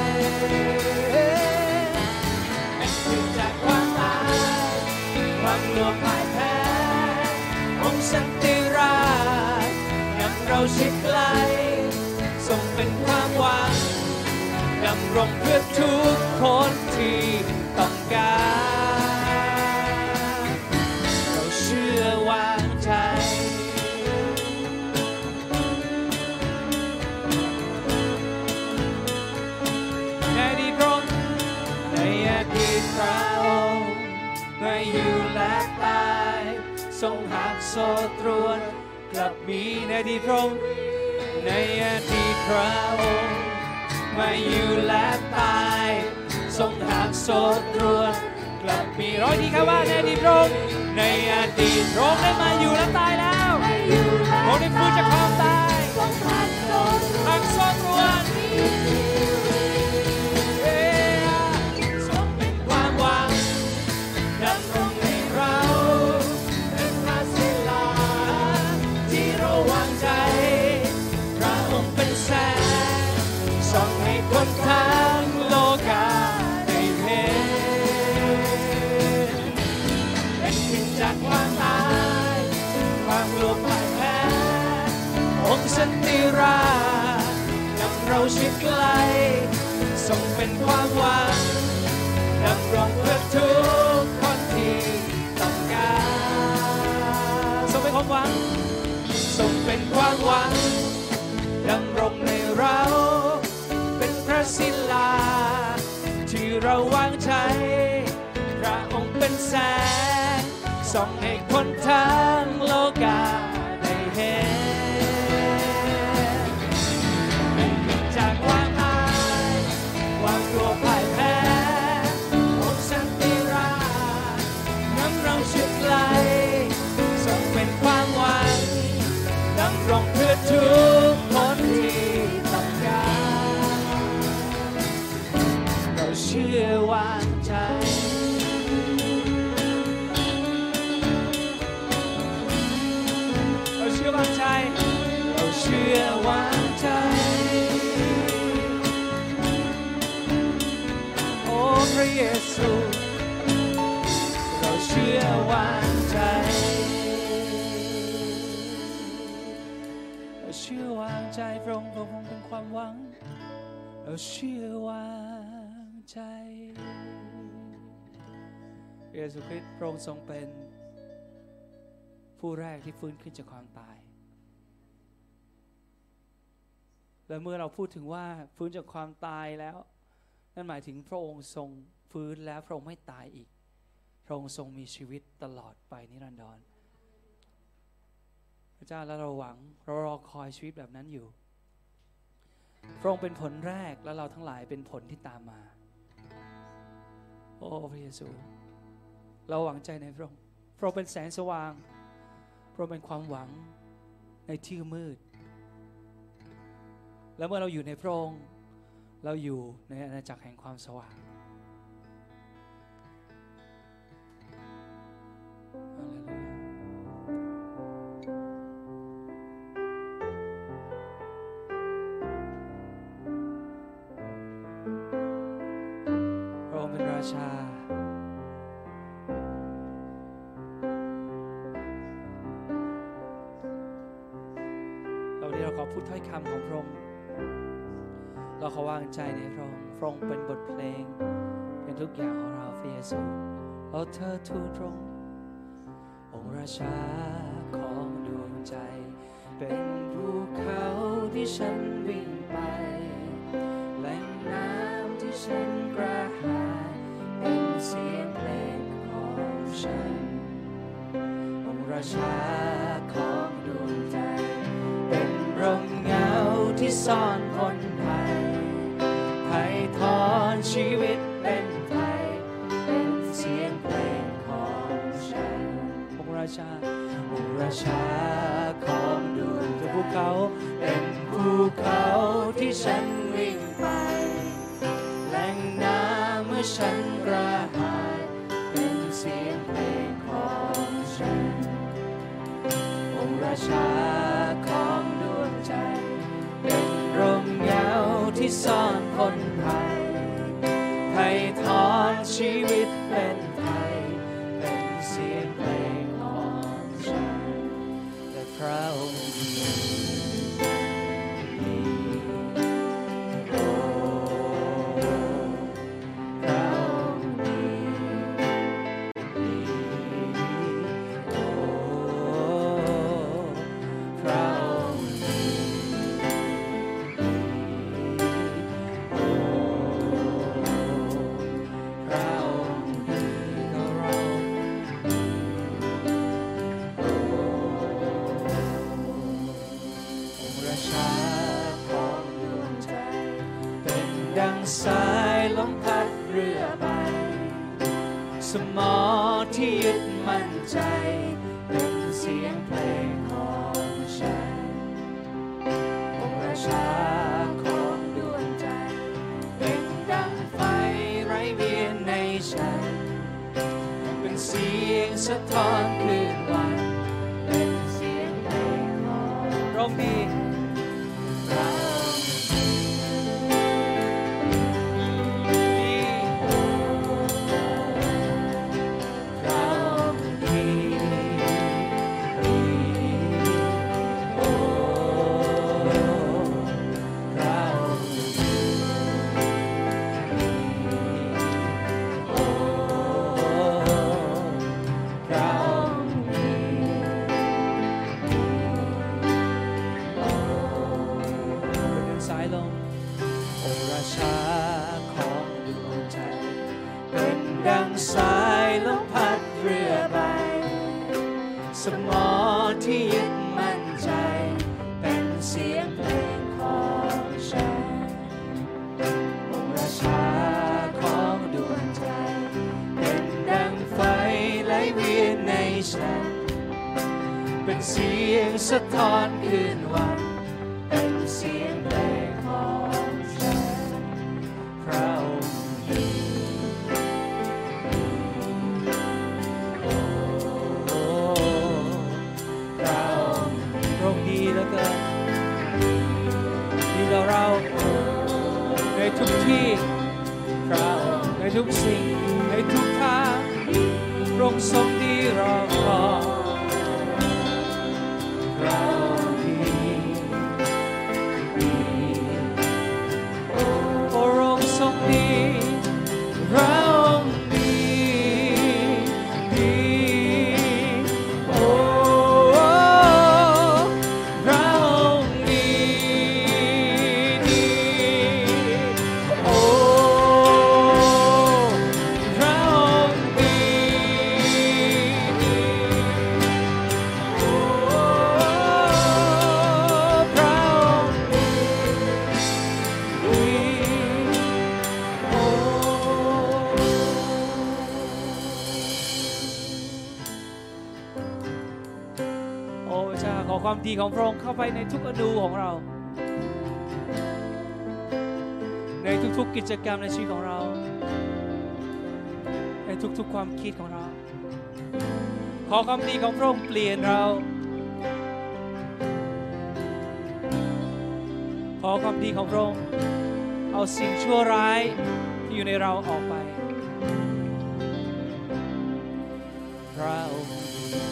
นเป็นขึ้นจากความตายความกลัวพ่ายแพ้องค์สันติราชนำเราชิดไกลทรงเป็นความหวังดำรงเพื่อทุกคนที่ต้องการเราเชื่อวางใจในอดีตพระองค์ในอดีตพระองค์มาอยู่และตายทรงหักโซ่ตรวนกลับมีในอดีตพระองค์ในอดีตพระองค์มาอยู่และตายทรงหักโซ่ตรวนกลับมีร้อยดีครับว่าในอดีตพระองค์ในอดีตพระองค์ได้มาอยู่และตายแล้วพระองค์ได้ฟื้นจากความตายหักโซ่ตรวนทรงเป็นความหวังดำรงในเราเป็นพระศิลาที่เราวางใจพระองค์เป็นแสงส่องให้คนทั้งโลกาได้เห็นเป็นขึ้นจากความตายความกลัวพ่ายแพ้องค์สันติราชนำเราชิดไกลทรงเป็นความหวังดำรงเพื่อทุกคนที่ต้องการทรงเป็นความหวังทรงเป็นความหวังดำรงในเราเป็นพระศิลาที่เราวางใจพระองค์เป็นแสงส่องให้คนทั้งโลกาได้เห็นเป็นขึ้นจากความตายความกลัวพ่ายแพ้องค์สันติราชนำเราชิดไกลทรงเป็นความหวังดำรงเพื่อทุกคนที่ต้องการเราเชื่อวางใจเราเชื่อวางใจเราเชื่อวางใจโอ้พระเยซูเราเชื่อวางใจเราเชื่อวางใจพระองค์เป็นความหวังเราเชื่อวางใจพระเยซูคริสต์พระองค์ทรงเป็นผู้แรกที่ฟื้นขึ้นจากความตายและเมื่อเราพูดถึงว่าฟื้นจากความตายแล้วนั่นหมายถึงพระองค์ทรงฟื้นแล้วพระองค์ไม่ตายอีกพระองค์ทรงมีชีวิตตลอดไปนิรันดรพระเจ้าและเราหวังเรารอคอยชีวิตแบบนั้นอยู่พระองค์เป็นผลแรกและเราทั้งหลายเป็นผลที่ตามมาโอ้พระเยซูเราหวังใจในพระองค์พระองค์เป็นแสงสว่างพระองค์เป็นความหวังในในที่มืดแล้วเมื่อเราอยู่ในพระองค์เราอยู่ในอาณาจักรแห่งความสว่างพระองค์เป็นราชาเราขอพูดถ้อยคำของพระองค์เราขอวางใจในพระองค์พระองค์เป็นบทเพลงเป็นทุกอย่างของเราพระเยซูเราเธอทูลพระองค์องค์ราชาของดวงใจเป็นภูเขาที่ฉันวิ่งไปแหล่งน้ำที่ฉันกระหายเป็นเสียงเพลงของฉันองค์ราชาของดวงใจเป็นร่มเงาที่ซ่อนคนภัยไถ่ถอนชีวิตเป็นไทยเป็นเสียงเพลงของฉันองค์ราชาของดวงใจภูเขาเป็นภูเขาที่ฉันวิ่งไปแหล่งน้ำเมื่อฉันกระหายเป็นเสียงเพลงของฉันองค์ราชาของดวงใจเป็นร่มเงาที่ซ่อนคนภัยไถ่ถอนชีวิตเป็นไทยเป็นเสียงเพลงของฉันและพระองค์สายลมพัดเรือไปสมอที่ยึดมั่นใจเป็นเสียงเพลงของฉันองค์ราชาของดวงใจเป็นดังไฟไร้เวียนในฉันเป็นเสียงสะท้อนคลื่นวันเป็นเสียงเพลงของร้องดีสายลมพัดเรือไปสมอที่ยึดมั่นใจเป็นเสียงเพลงของฉันองค์ราชาของดวงใจเป็นดังไฟไหลเวียนในฉันเป็นเสียงสะท้อนคืนวันเป็นเสียงเพลงของฉันพระองค์เราในทุกที่เราในทุกสิ่งในทุกทางพระองค์ทรงดีรอคอยเราดีพระองค์ทรงดีเราดีโอ้เราขอความดีของพระองค์เข้าไปในทุกอนูของเราในทุกๆกิจกรรมในชีวิตของเราในทุกๆความคิดของเราขอความดีของพระองค์เปลี่ยนเราขอความดีของพระองค์เอาสิ่งชั่วร้ายที่อยู่ในเราออกไปพระองค์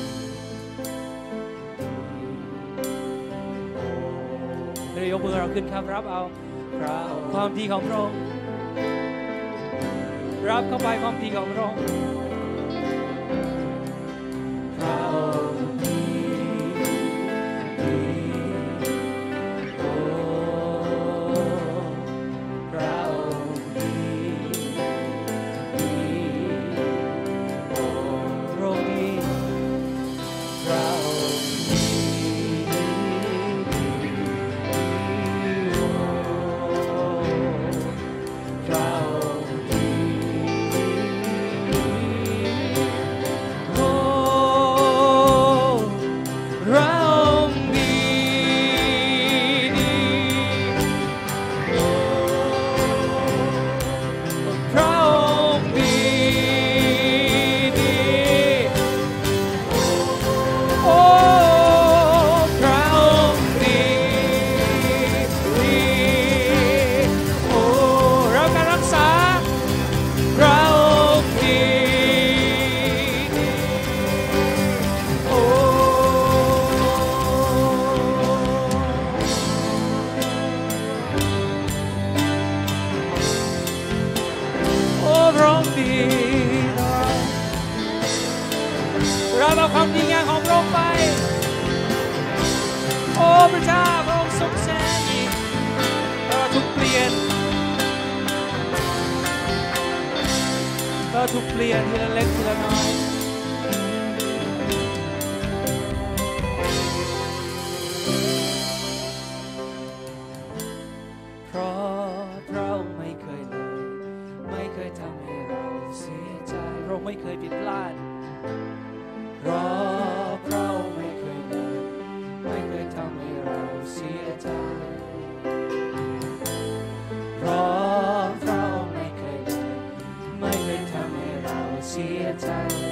เรายกมือเราขึ้นครับรับเอาพระองค์ความดีของพระองค์รับเข้าไปความดีของพระองค์พระองค์ดีโอ้พระองค์ดีโอ้พระองค์ดีพระองค์ดีโอ้พระองค์ดีโอ้พระองค์ดีโอ้พระองค์ดีโอ้พระองค์ดีโอ้รับการรักษาพระองค์ดีโอ้โอ้พระองค์ดีเราเอาความดีงามของพระองค์ไปโอ้พระเจ้าพระองค์ทรงแสนดีเราถูกเปลี่ยนเราถูกเปลี่ยนทีละเล็กทีละน้อยเพราะพระองค์ไม่เคยเลยไม่เคยทำให้เราเสียใจพระองค์ไม่เคยผิดพลาดเพราะพระองค์ไม่เคยเลยไม่เคยทำให้เราเสียใจเพราะพระองค์ไม่เคยเลยไม่เคยทำให้เราเสียใจ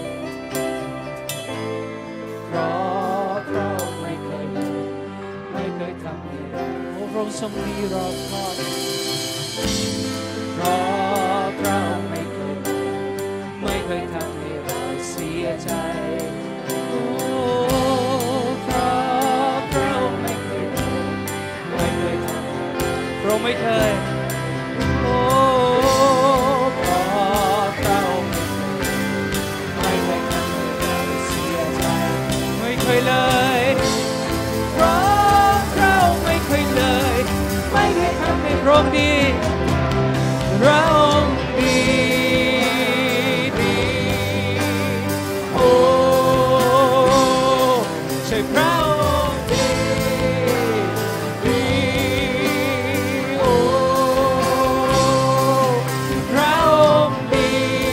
เพราะพระองค์ไม่เคยเลยไม่เคยทำให้เราโอ้พระองค์ทรงดีรอบคอบเพราะพระองค์ไม่เคยเลยไม่เคยทำให้เราเสียใจโอ้เพราะพระองค์ไม่เคยเลยไม่เคยทำให้พระองค์ไม่เคยโอ้เพราะพระองค์ไม่เคยทำให้เราเสียใจไม่เคยเลยเพราะพระองค์ไม่เคยเลยไม่เคยทำให้พระองค์ดีพระองค์ดีโอ้ใช่พระองค์ดีโอ้พระองค์ดี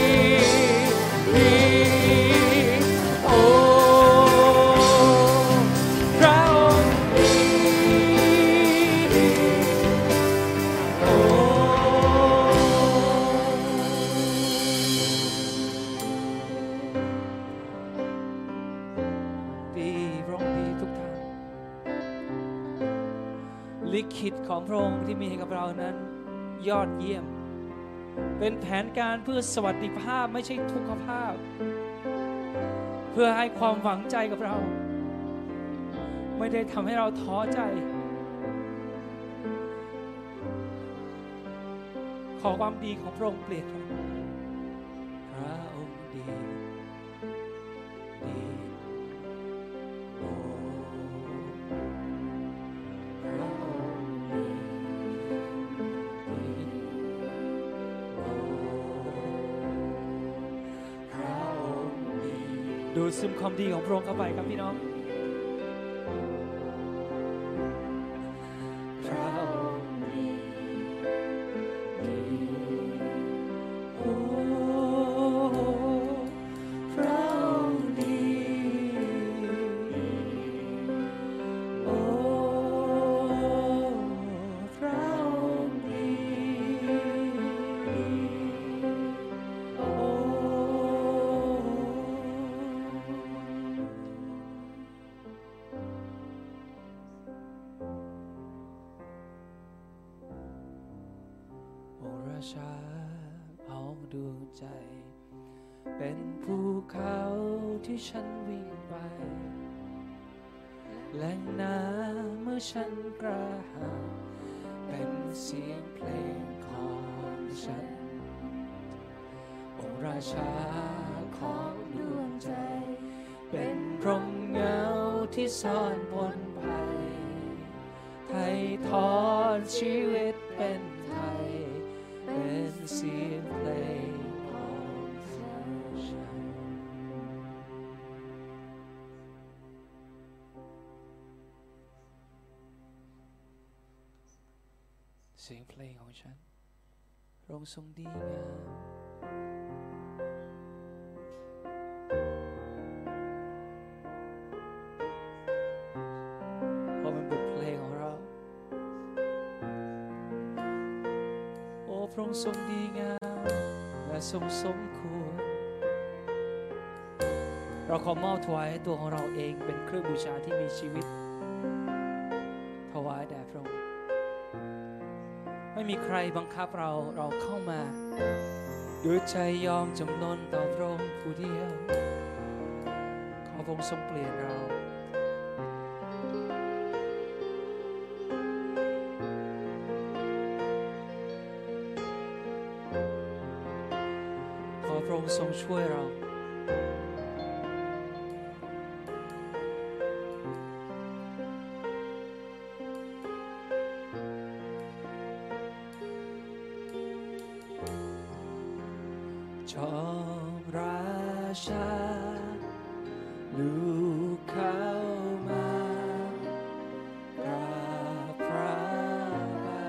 โอ้พระองค์ดีโอ้ดีพระองค์ดีทุกทางลิขิตของพระองค์ที่มีให้กับเรานั้นยอดเยี่ยมเป็นแผนการเพื่อสวัสดิภาพไม่ใช่ทุกขภาพเพื่อให้ความหวังใจกับเราไม่ได้ทำให้เราท้อใจขอความดีของพระองค์เปลี่ยนเราพระองค์ดีโอ้พระองค์ดีโอ้พระองค์ดีดูดซึมความดีของพระองค์เข้าไปครับพี่น้องพระองค์ดีโอ้พระองค์ดีใจเป็นภูเขาที่ฉันวิ่งไปแหล่งน้ำเมื่อฉันกระหายเป็นเสียงเพลงของฉันองค์ราชาของดวงใจเป็นร่มเงาที่ซ่อนบนภัยไถ่ถอนชีวิตเป็นไทยเป็นเสียงเพลงของฉันเสียงเพลงของฉันพระองค์ทรงดีงามเพราะมันบทเพลงของเราโอ้พระองค์ทรงดีงามและทรงสมควรเราขอมอบถวายตัวของเราเองเป็นเครื่องบูชาที่มีชีวิตถวายแด่พระองค์ไม่มีใครบังคับเราเข้ามาด้วยใจยอมจำนนต่อพระองค์ผู้เดียวขอพระองค์ทรงเปลี่ยนเราขอพระองค์ทรงช่วยเราจอมราชาลูกเข้ามากราบพระบา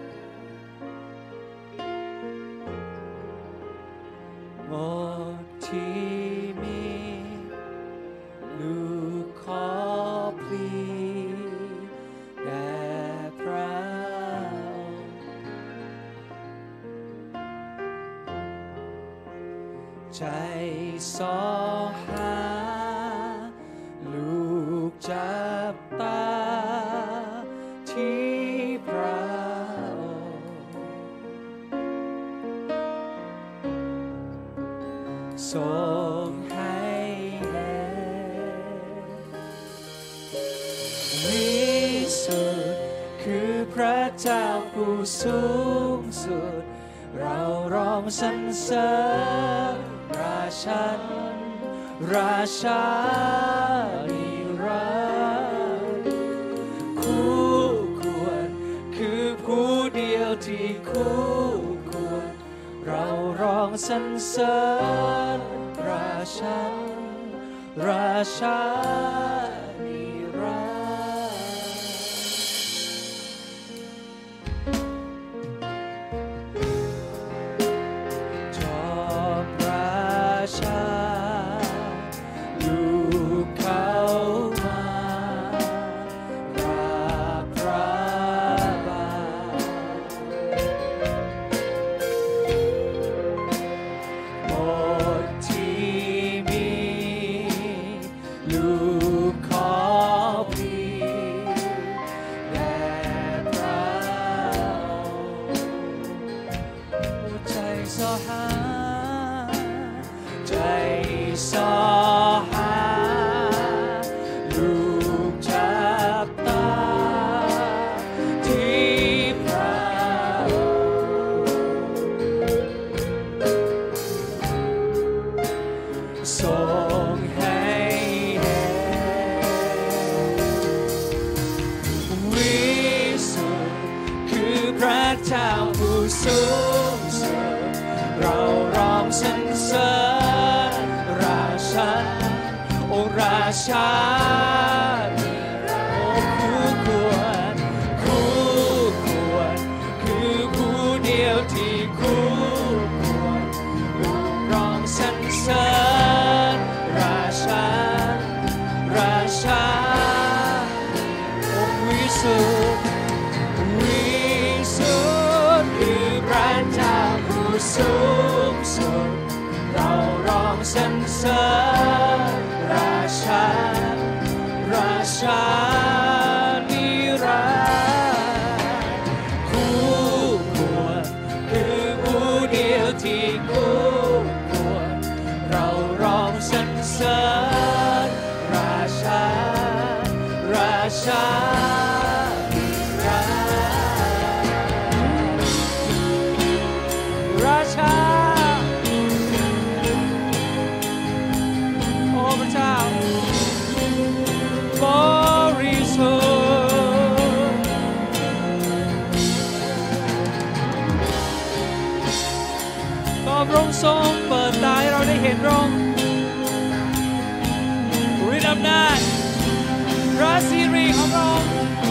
ทหมดที่มีลูกขอพลีแด่พระองค์ใจสอหาลูกจับตาที่พระองค์ทรงให้เห็นวิสุทธิ์คือพระเจ้าผู้สูงสุดเราร้องสรรเสริญราชันราชานิรันดร์คู่ควรคือผู้เดียวที่คู่ควรเราร้องสรรเสริญราชันราชานิรันดร์จอมราชาลูกเข้ามากราบพระบาทหมดที่มีลูกขอพลีแด่พระองค์ใจสอหาใจสอหาลูกจับตาที่พระองค์ทรงให้เห็นวิสุทธิ์คือพระเจ้าผู้สูงสุดเราร้องสรรเสริญราชันโอราชาโอคู่ควรคือผู้เดียวที่คู่ควรร้องสรรเสริญราชันราชาโอวิสุทธิ์คือพระเจ้าผู้สูงสุดเราร้องสรรเสริญราชันราชานิรันดร์คู่ควรคือผู้เดียวที่คู่เสริญราชาราชาราชาโอ้พระเจ้าบริสุทธิ์ก็พระองค์ทรงเปิดตาให้เราได้เห็นพระองค์ฤทธิ์อำนาจพระสิริของพระองค์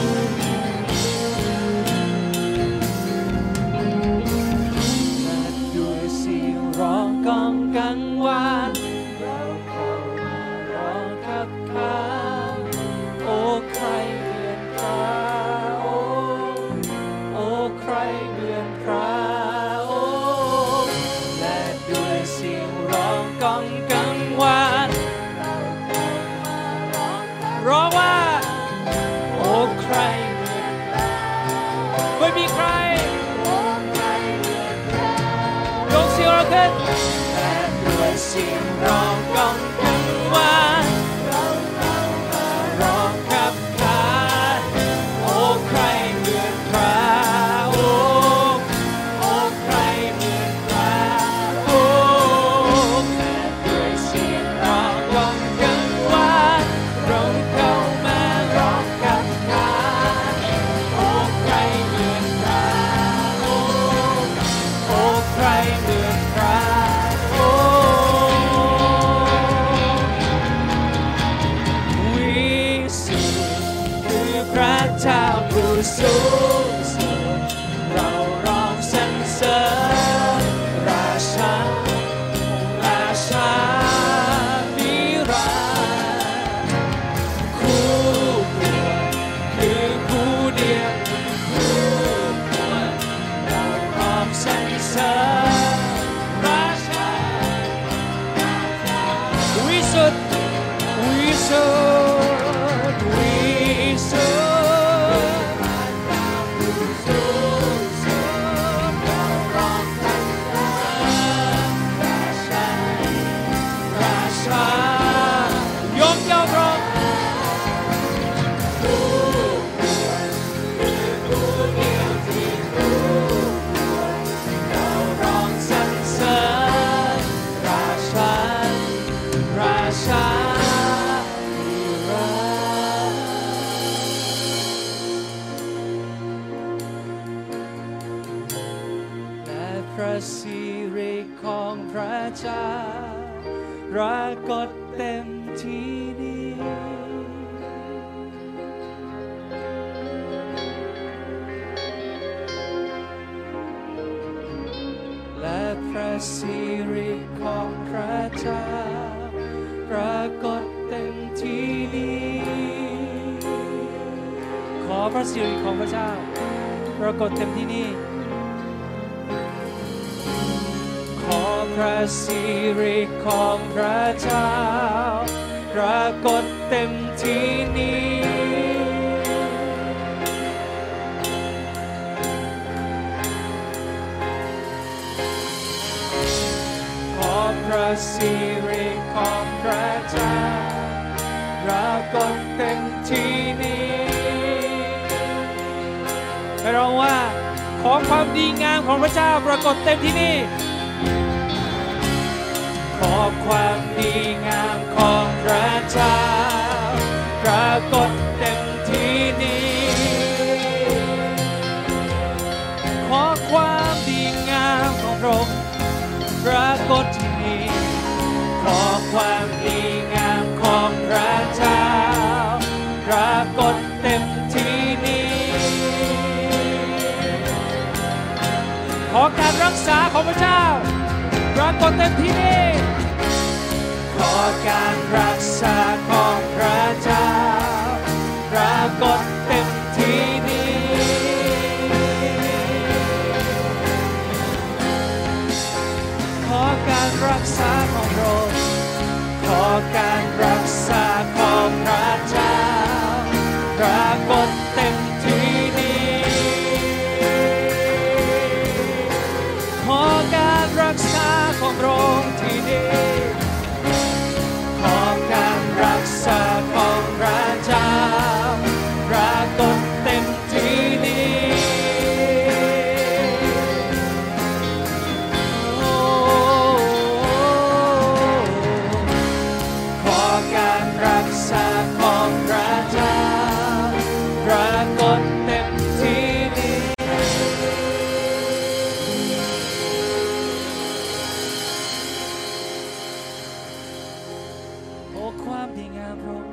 และด้วยเสียงร้องก้องกังวานเราเข้ามาร้องขับขานโอ้ใครเหมือนพระโอ้ใครเหมือนพระและด้วยเสียงร้องก้องกังวานร้องว่าโอ้ใครไม่มีใครยกเสียงเราขึ้นและด้วยเสียงร้องก้องกังวานร้องขับขานโอ้ใครเหมือนพระโอ้ใครเหมือนพระโอ้และด้วยเสียงร้องก้องกังวานเราเข้ามาร้องขับขานโอ้ใครเหมือนพระโอ้ใครเหมือนพระวิสุทธิ์คือพระเจ้าผู้สูงสุดเราร้องสรรเสริญราชาราชานิรันดร์คู่เดียวคือผู้เดียวคู่ควรเราร้องสรรเสริญราชาวิสุทธิ์วิสุทธิ์วิสุทธิ์ราชายกย่องพระองค์เราร้องสรรเสริญราชาราชานิรันดร์และพระสิริของพระเจ้าปรากฏเต็มที่นี้และพระสิริของพระเจ้าปรากฏเต็มที่นี้ขอพระสิริของพระเจ้าปรากฏเต็มที่นี่ขอพระสิริของพระเจ้าปรากฏเต็มที่นี้ขอพระสิริของพระเจ้าปรากฏเต็มที่นี้ให้ร้องว่าขอความดีงามของพระเจ้าปรากฏเต็มที่นี่ขอความดีงามของพระเจ้าปรากฏเต็มที่นี้ขอความดีงามของพระองค์ปรากฏที่นี่ขอความดีงามของพระเจ้าปรากฏเต็มที่นี้ขอการรักษาของพระเจ้าปรากฏเต็มที่นี่ขอการการรักษาของพระเจ้าปรากฏเต็มที่นี้โอ้ความดีงามพระองค์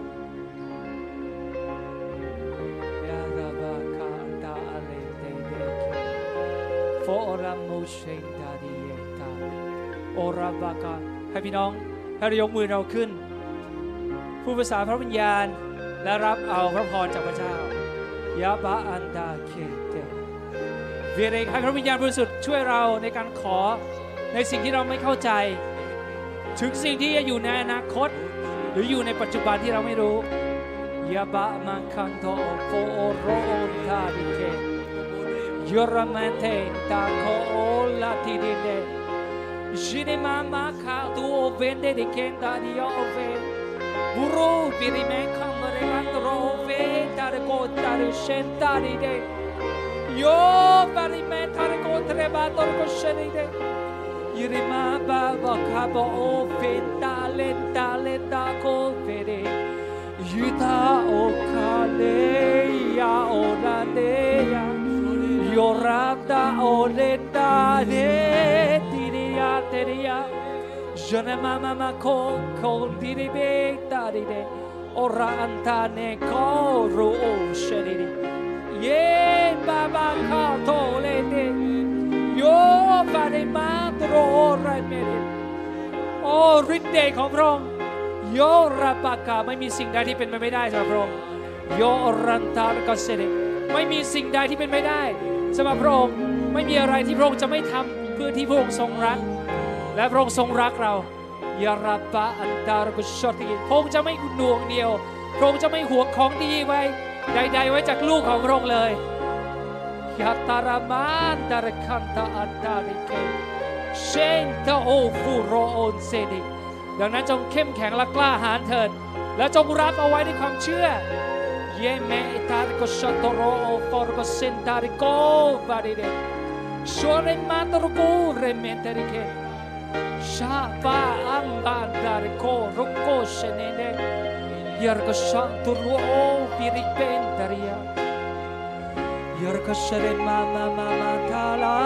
ยาราบาคาตาอาเลเตเดโฟรามูเชนดาดิเยตาโอราบากาให้พี่น้องให้เรายกมือเราขึ้นพูดภาษาพระวิญญาณและรับเอาพระพรจากพระเจ้ายาบาอันดาเคเตเวียเองให้พระวิญญาณบริสุทธิ์ช่วยเราในการขอในสิ่งที่เราไม่เข้าใจถึงสิ่งที่จะอยู่ในอนาคตหรืออยู่ในปัจจุบันที่เราไม่รู้ยาบามังคันโตโฟโอโรโอนตาดิเคยอรมันเทตาโคโอลาติดิเดJine mama ka tu ovende de kenda dia ove buru piri me kamare gandro ove tar ko tar shentari de yo pari me tar ko tre bator ko sheni de yirima baba ka bo ove talenta ko pere yuta o kale ya orande ya yorada olenda de Teria, je ne mama con diribeta di de, ora antane coro sheri, ye baba kato le de, yo vare madro remedi, oh rinde ของพระองค์โยราปากาไม่มีสิ่งใดที่เป็นไปไม่ได้สำหรับพระองค์โยรันตาก็เสด็จไม่มีสิ่งใดที่เป็นไปได้สำหรับพระองค์ไม่มีอะไรที่พระองค์จะไม่ทำเพื่อที่พระองค์ทรงรักและพระองค์ทรงรักเรายาราปะอันดารกุชติพระองค์จะไม่หน่วงเดียวพระองค์จะไม่หวงของดีไว้ใดๆไว้จากลูกของพระองค์เลยยาตารามานดารคันตาอันดาริเกเชนตาโอฟูโรโอนเซดิดังนั้นจงเข้มแข็งและกล้าหาญเถิดและจงรับเอาไว้ด้วยความเชื่อเยเมตาริโกชโตโรโอฟอร์โกเซนตาริโกบาริเดชัวเรมาตรุกูเรเมตาริเกชาบาอัมบานดาริโกรุโกเชเนเนยาร์กชันตุโรโอปิริเปนดาริยายาร์กเชเรมาทาลา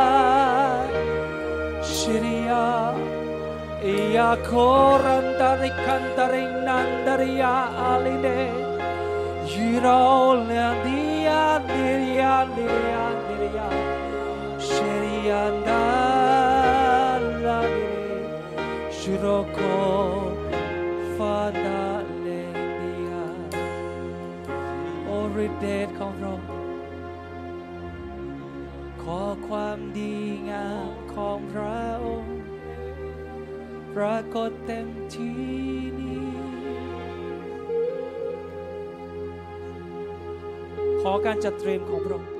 ชิริยาอยาโครันตาริคันตารินันดาริยาอาลิเดยูโรเลนดิยาดิริยาเชริยันดาลาดิชูโรโคฟาดาเลนิยาโอริเดตของเราขอความดีงามของพระองค์ปรากฏเต็มที่นี้ขอการจัดเตรียมของพระองค์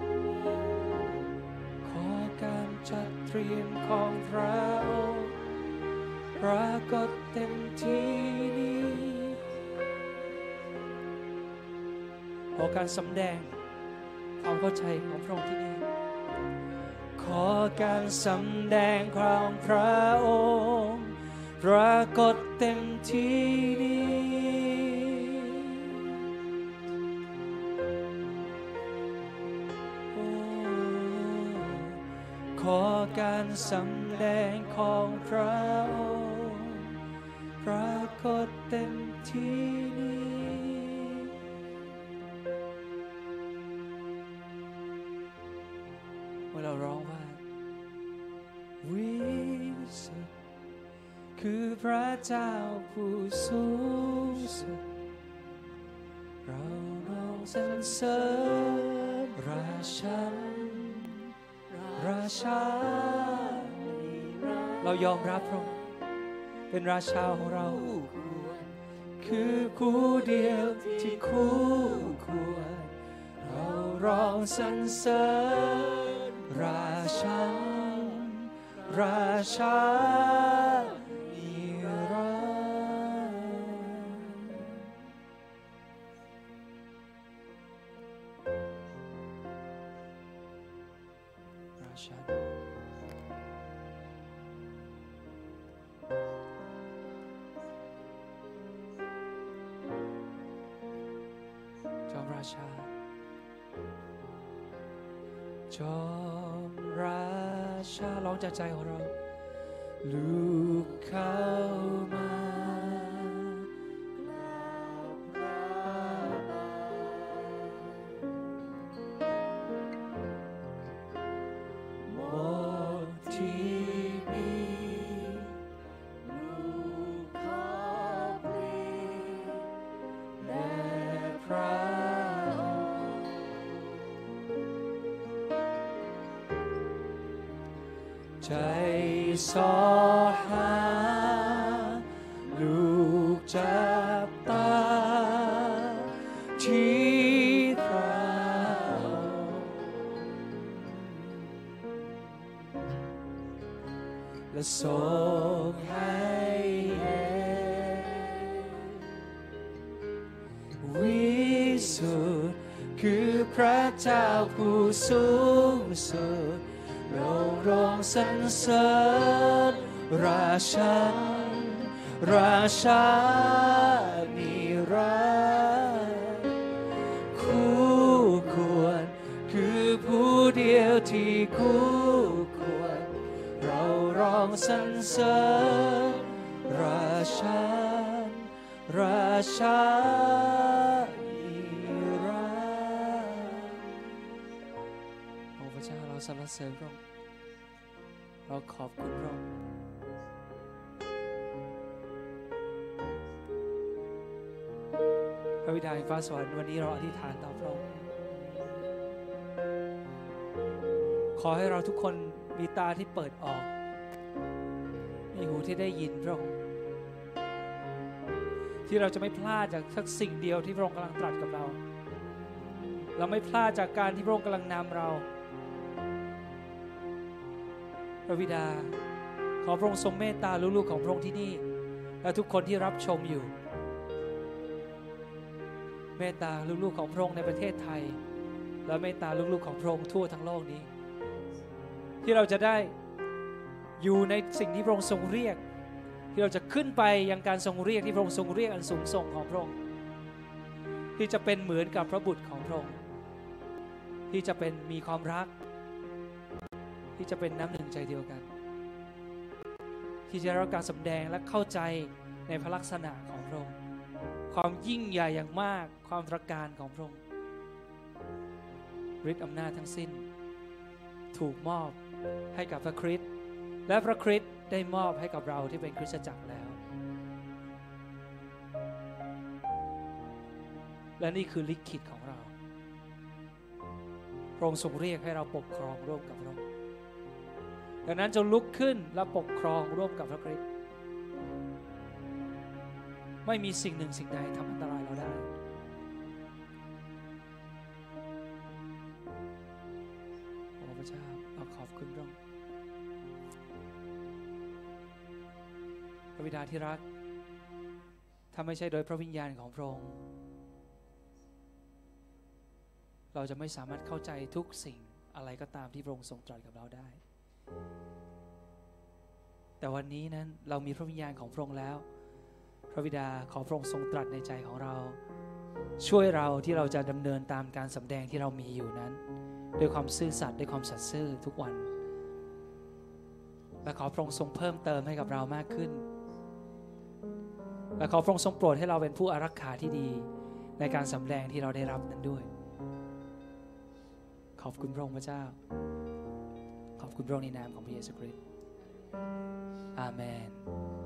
ขอการจัดเตรียมของพระองค์ปรากฏเต็มที่นี้ขอการสำแดงความเข้าใจของพระองค์ที่นี่ขอการสำแดงของพระองค์ปรากฏเต็มที่นี้ขอการสำแดงของพระองค์ปรากฏเต็มที่นี้เมื่อเราร้องว่าวิสุทธิ์คือพระเจ้าผู้สูงสุดเราน้องสรรเสริญราชันราชาเรายอมรับพระองค์เป็นราชาของเราคือผู้เดียวที่คู่ควรเราร้องสรรเสริญราชันราชานิรันดร์ราชันราชาจอมราชาร้องจากใจของเราลูกเข้ามาใจสอหาลูกจับตาที่เราและทรงให้เห็นวิสุทธิ์คือพระเจ้าผู้สูงสุดเราร้องสรรเสริญราชันราชานิรันดร์คู่ควรคือผู้เดียวที่คู่ควรเราร้องสรรเสริญราชันราชานิรันดร์โอ้พระเจ้าเราสรรเสริญพระองค์เราขอบคุณพระองค์พระบิดาแห่งฟ้าสวรรค์วันนี้เราอธิษฐานต่อพระองค์ขอให้เราทุกคนมีตาที่เปิดออกมีหูที่ได้ยินพระองค์ที่เราจะไม่พลาดจากสักสิ่งเดียวที่พระองค์กำลังตรัสกับเราไม่พลาดจากการที่พระองค์กำลังนำเราพระบิดาขอพระองค์ทรงเมตตาลูกๆของพระองค์ที่นี่และทุกคนที่รับชมอยู่เมตตาลูกๆของพระองค์ในประเทศไทยและเมตตาลูกๆของพระองค์ทั่วทั้งโลกนี้ที่เราจะได้อยู่ในสิ่งที่พระองค์ทรงเรียกที่เราจะขึ้นไปยังการทรงเรียกที่พระองค์ทรงเรียกอันสูงส่งของพระองค์ที่จะเป็นเหมือนกับพระบุตรของพระองค์ที่จะเป็นมีความรักที่จะเป็นน้ำหนึ่งใจเดียวกันที่จะได้รับการสำแดงและเข้าใจในพระลักษณะของพระองค์ความยิ่งใหญ่อย่างมากความตระการของพระองค์ฤทธิ์อำนาจทั้งสิ้นถูกมอบให้กับพระคริสต์และพระคริสต์ได้มอบให้กับเราที่เป็นคริสตจักรแล้วและนี่คือลิขิตของเราพระองค์ทรงเรียกให้เราปกครองร่วมกับพระองค์ดังนั้นจะลุกขึ้นและปกครองร่วมกับพระคริสต์ไม่มีสิ่งหนึ่งสิ่งใดทำอันตรายเราได้โอ้พระเจ้าเราขอบคุณพระองค์พระบิดาที่รักถ้าไม่ใช่โดยพระวิญญาณของพระองค์เราจะไม่สามารถเข้าใจทุกสิ่งอะไรก็ตามที่พระองค์ทรงตรัสกับเราได้แต่วันนี้นั้นเรามีพระวิญญาณของพระองค์แล้วพระบิดาขอพระองค์ทรงตรัสในใจของเราช่วยเราที่เราจะดำเนินตามการสำแดงที่เรามีอยู่นั้นด้วยความซื่อสัตย์ด้วยความสัตย์ซื่อทุกวันและขอพระองค์ทรงเพิ่มเติมให้กับเรามากขึ้นและขอพระองค์ทรงโปรดให้เราเป็นผู้อารักขาที่ดีในการสำแดงที่เราได้รับนั้นด้วยขอบคุณพระองค์พระเจ้าขอบคุณพระองค์ในนามของพระเยซูคริสต์อาเมน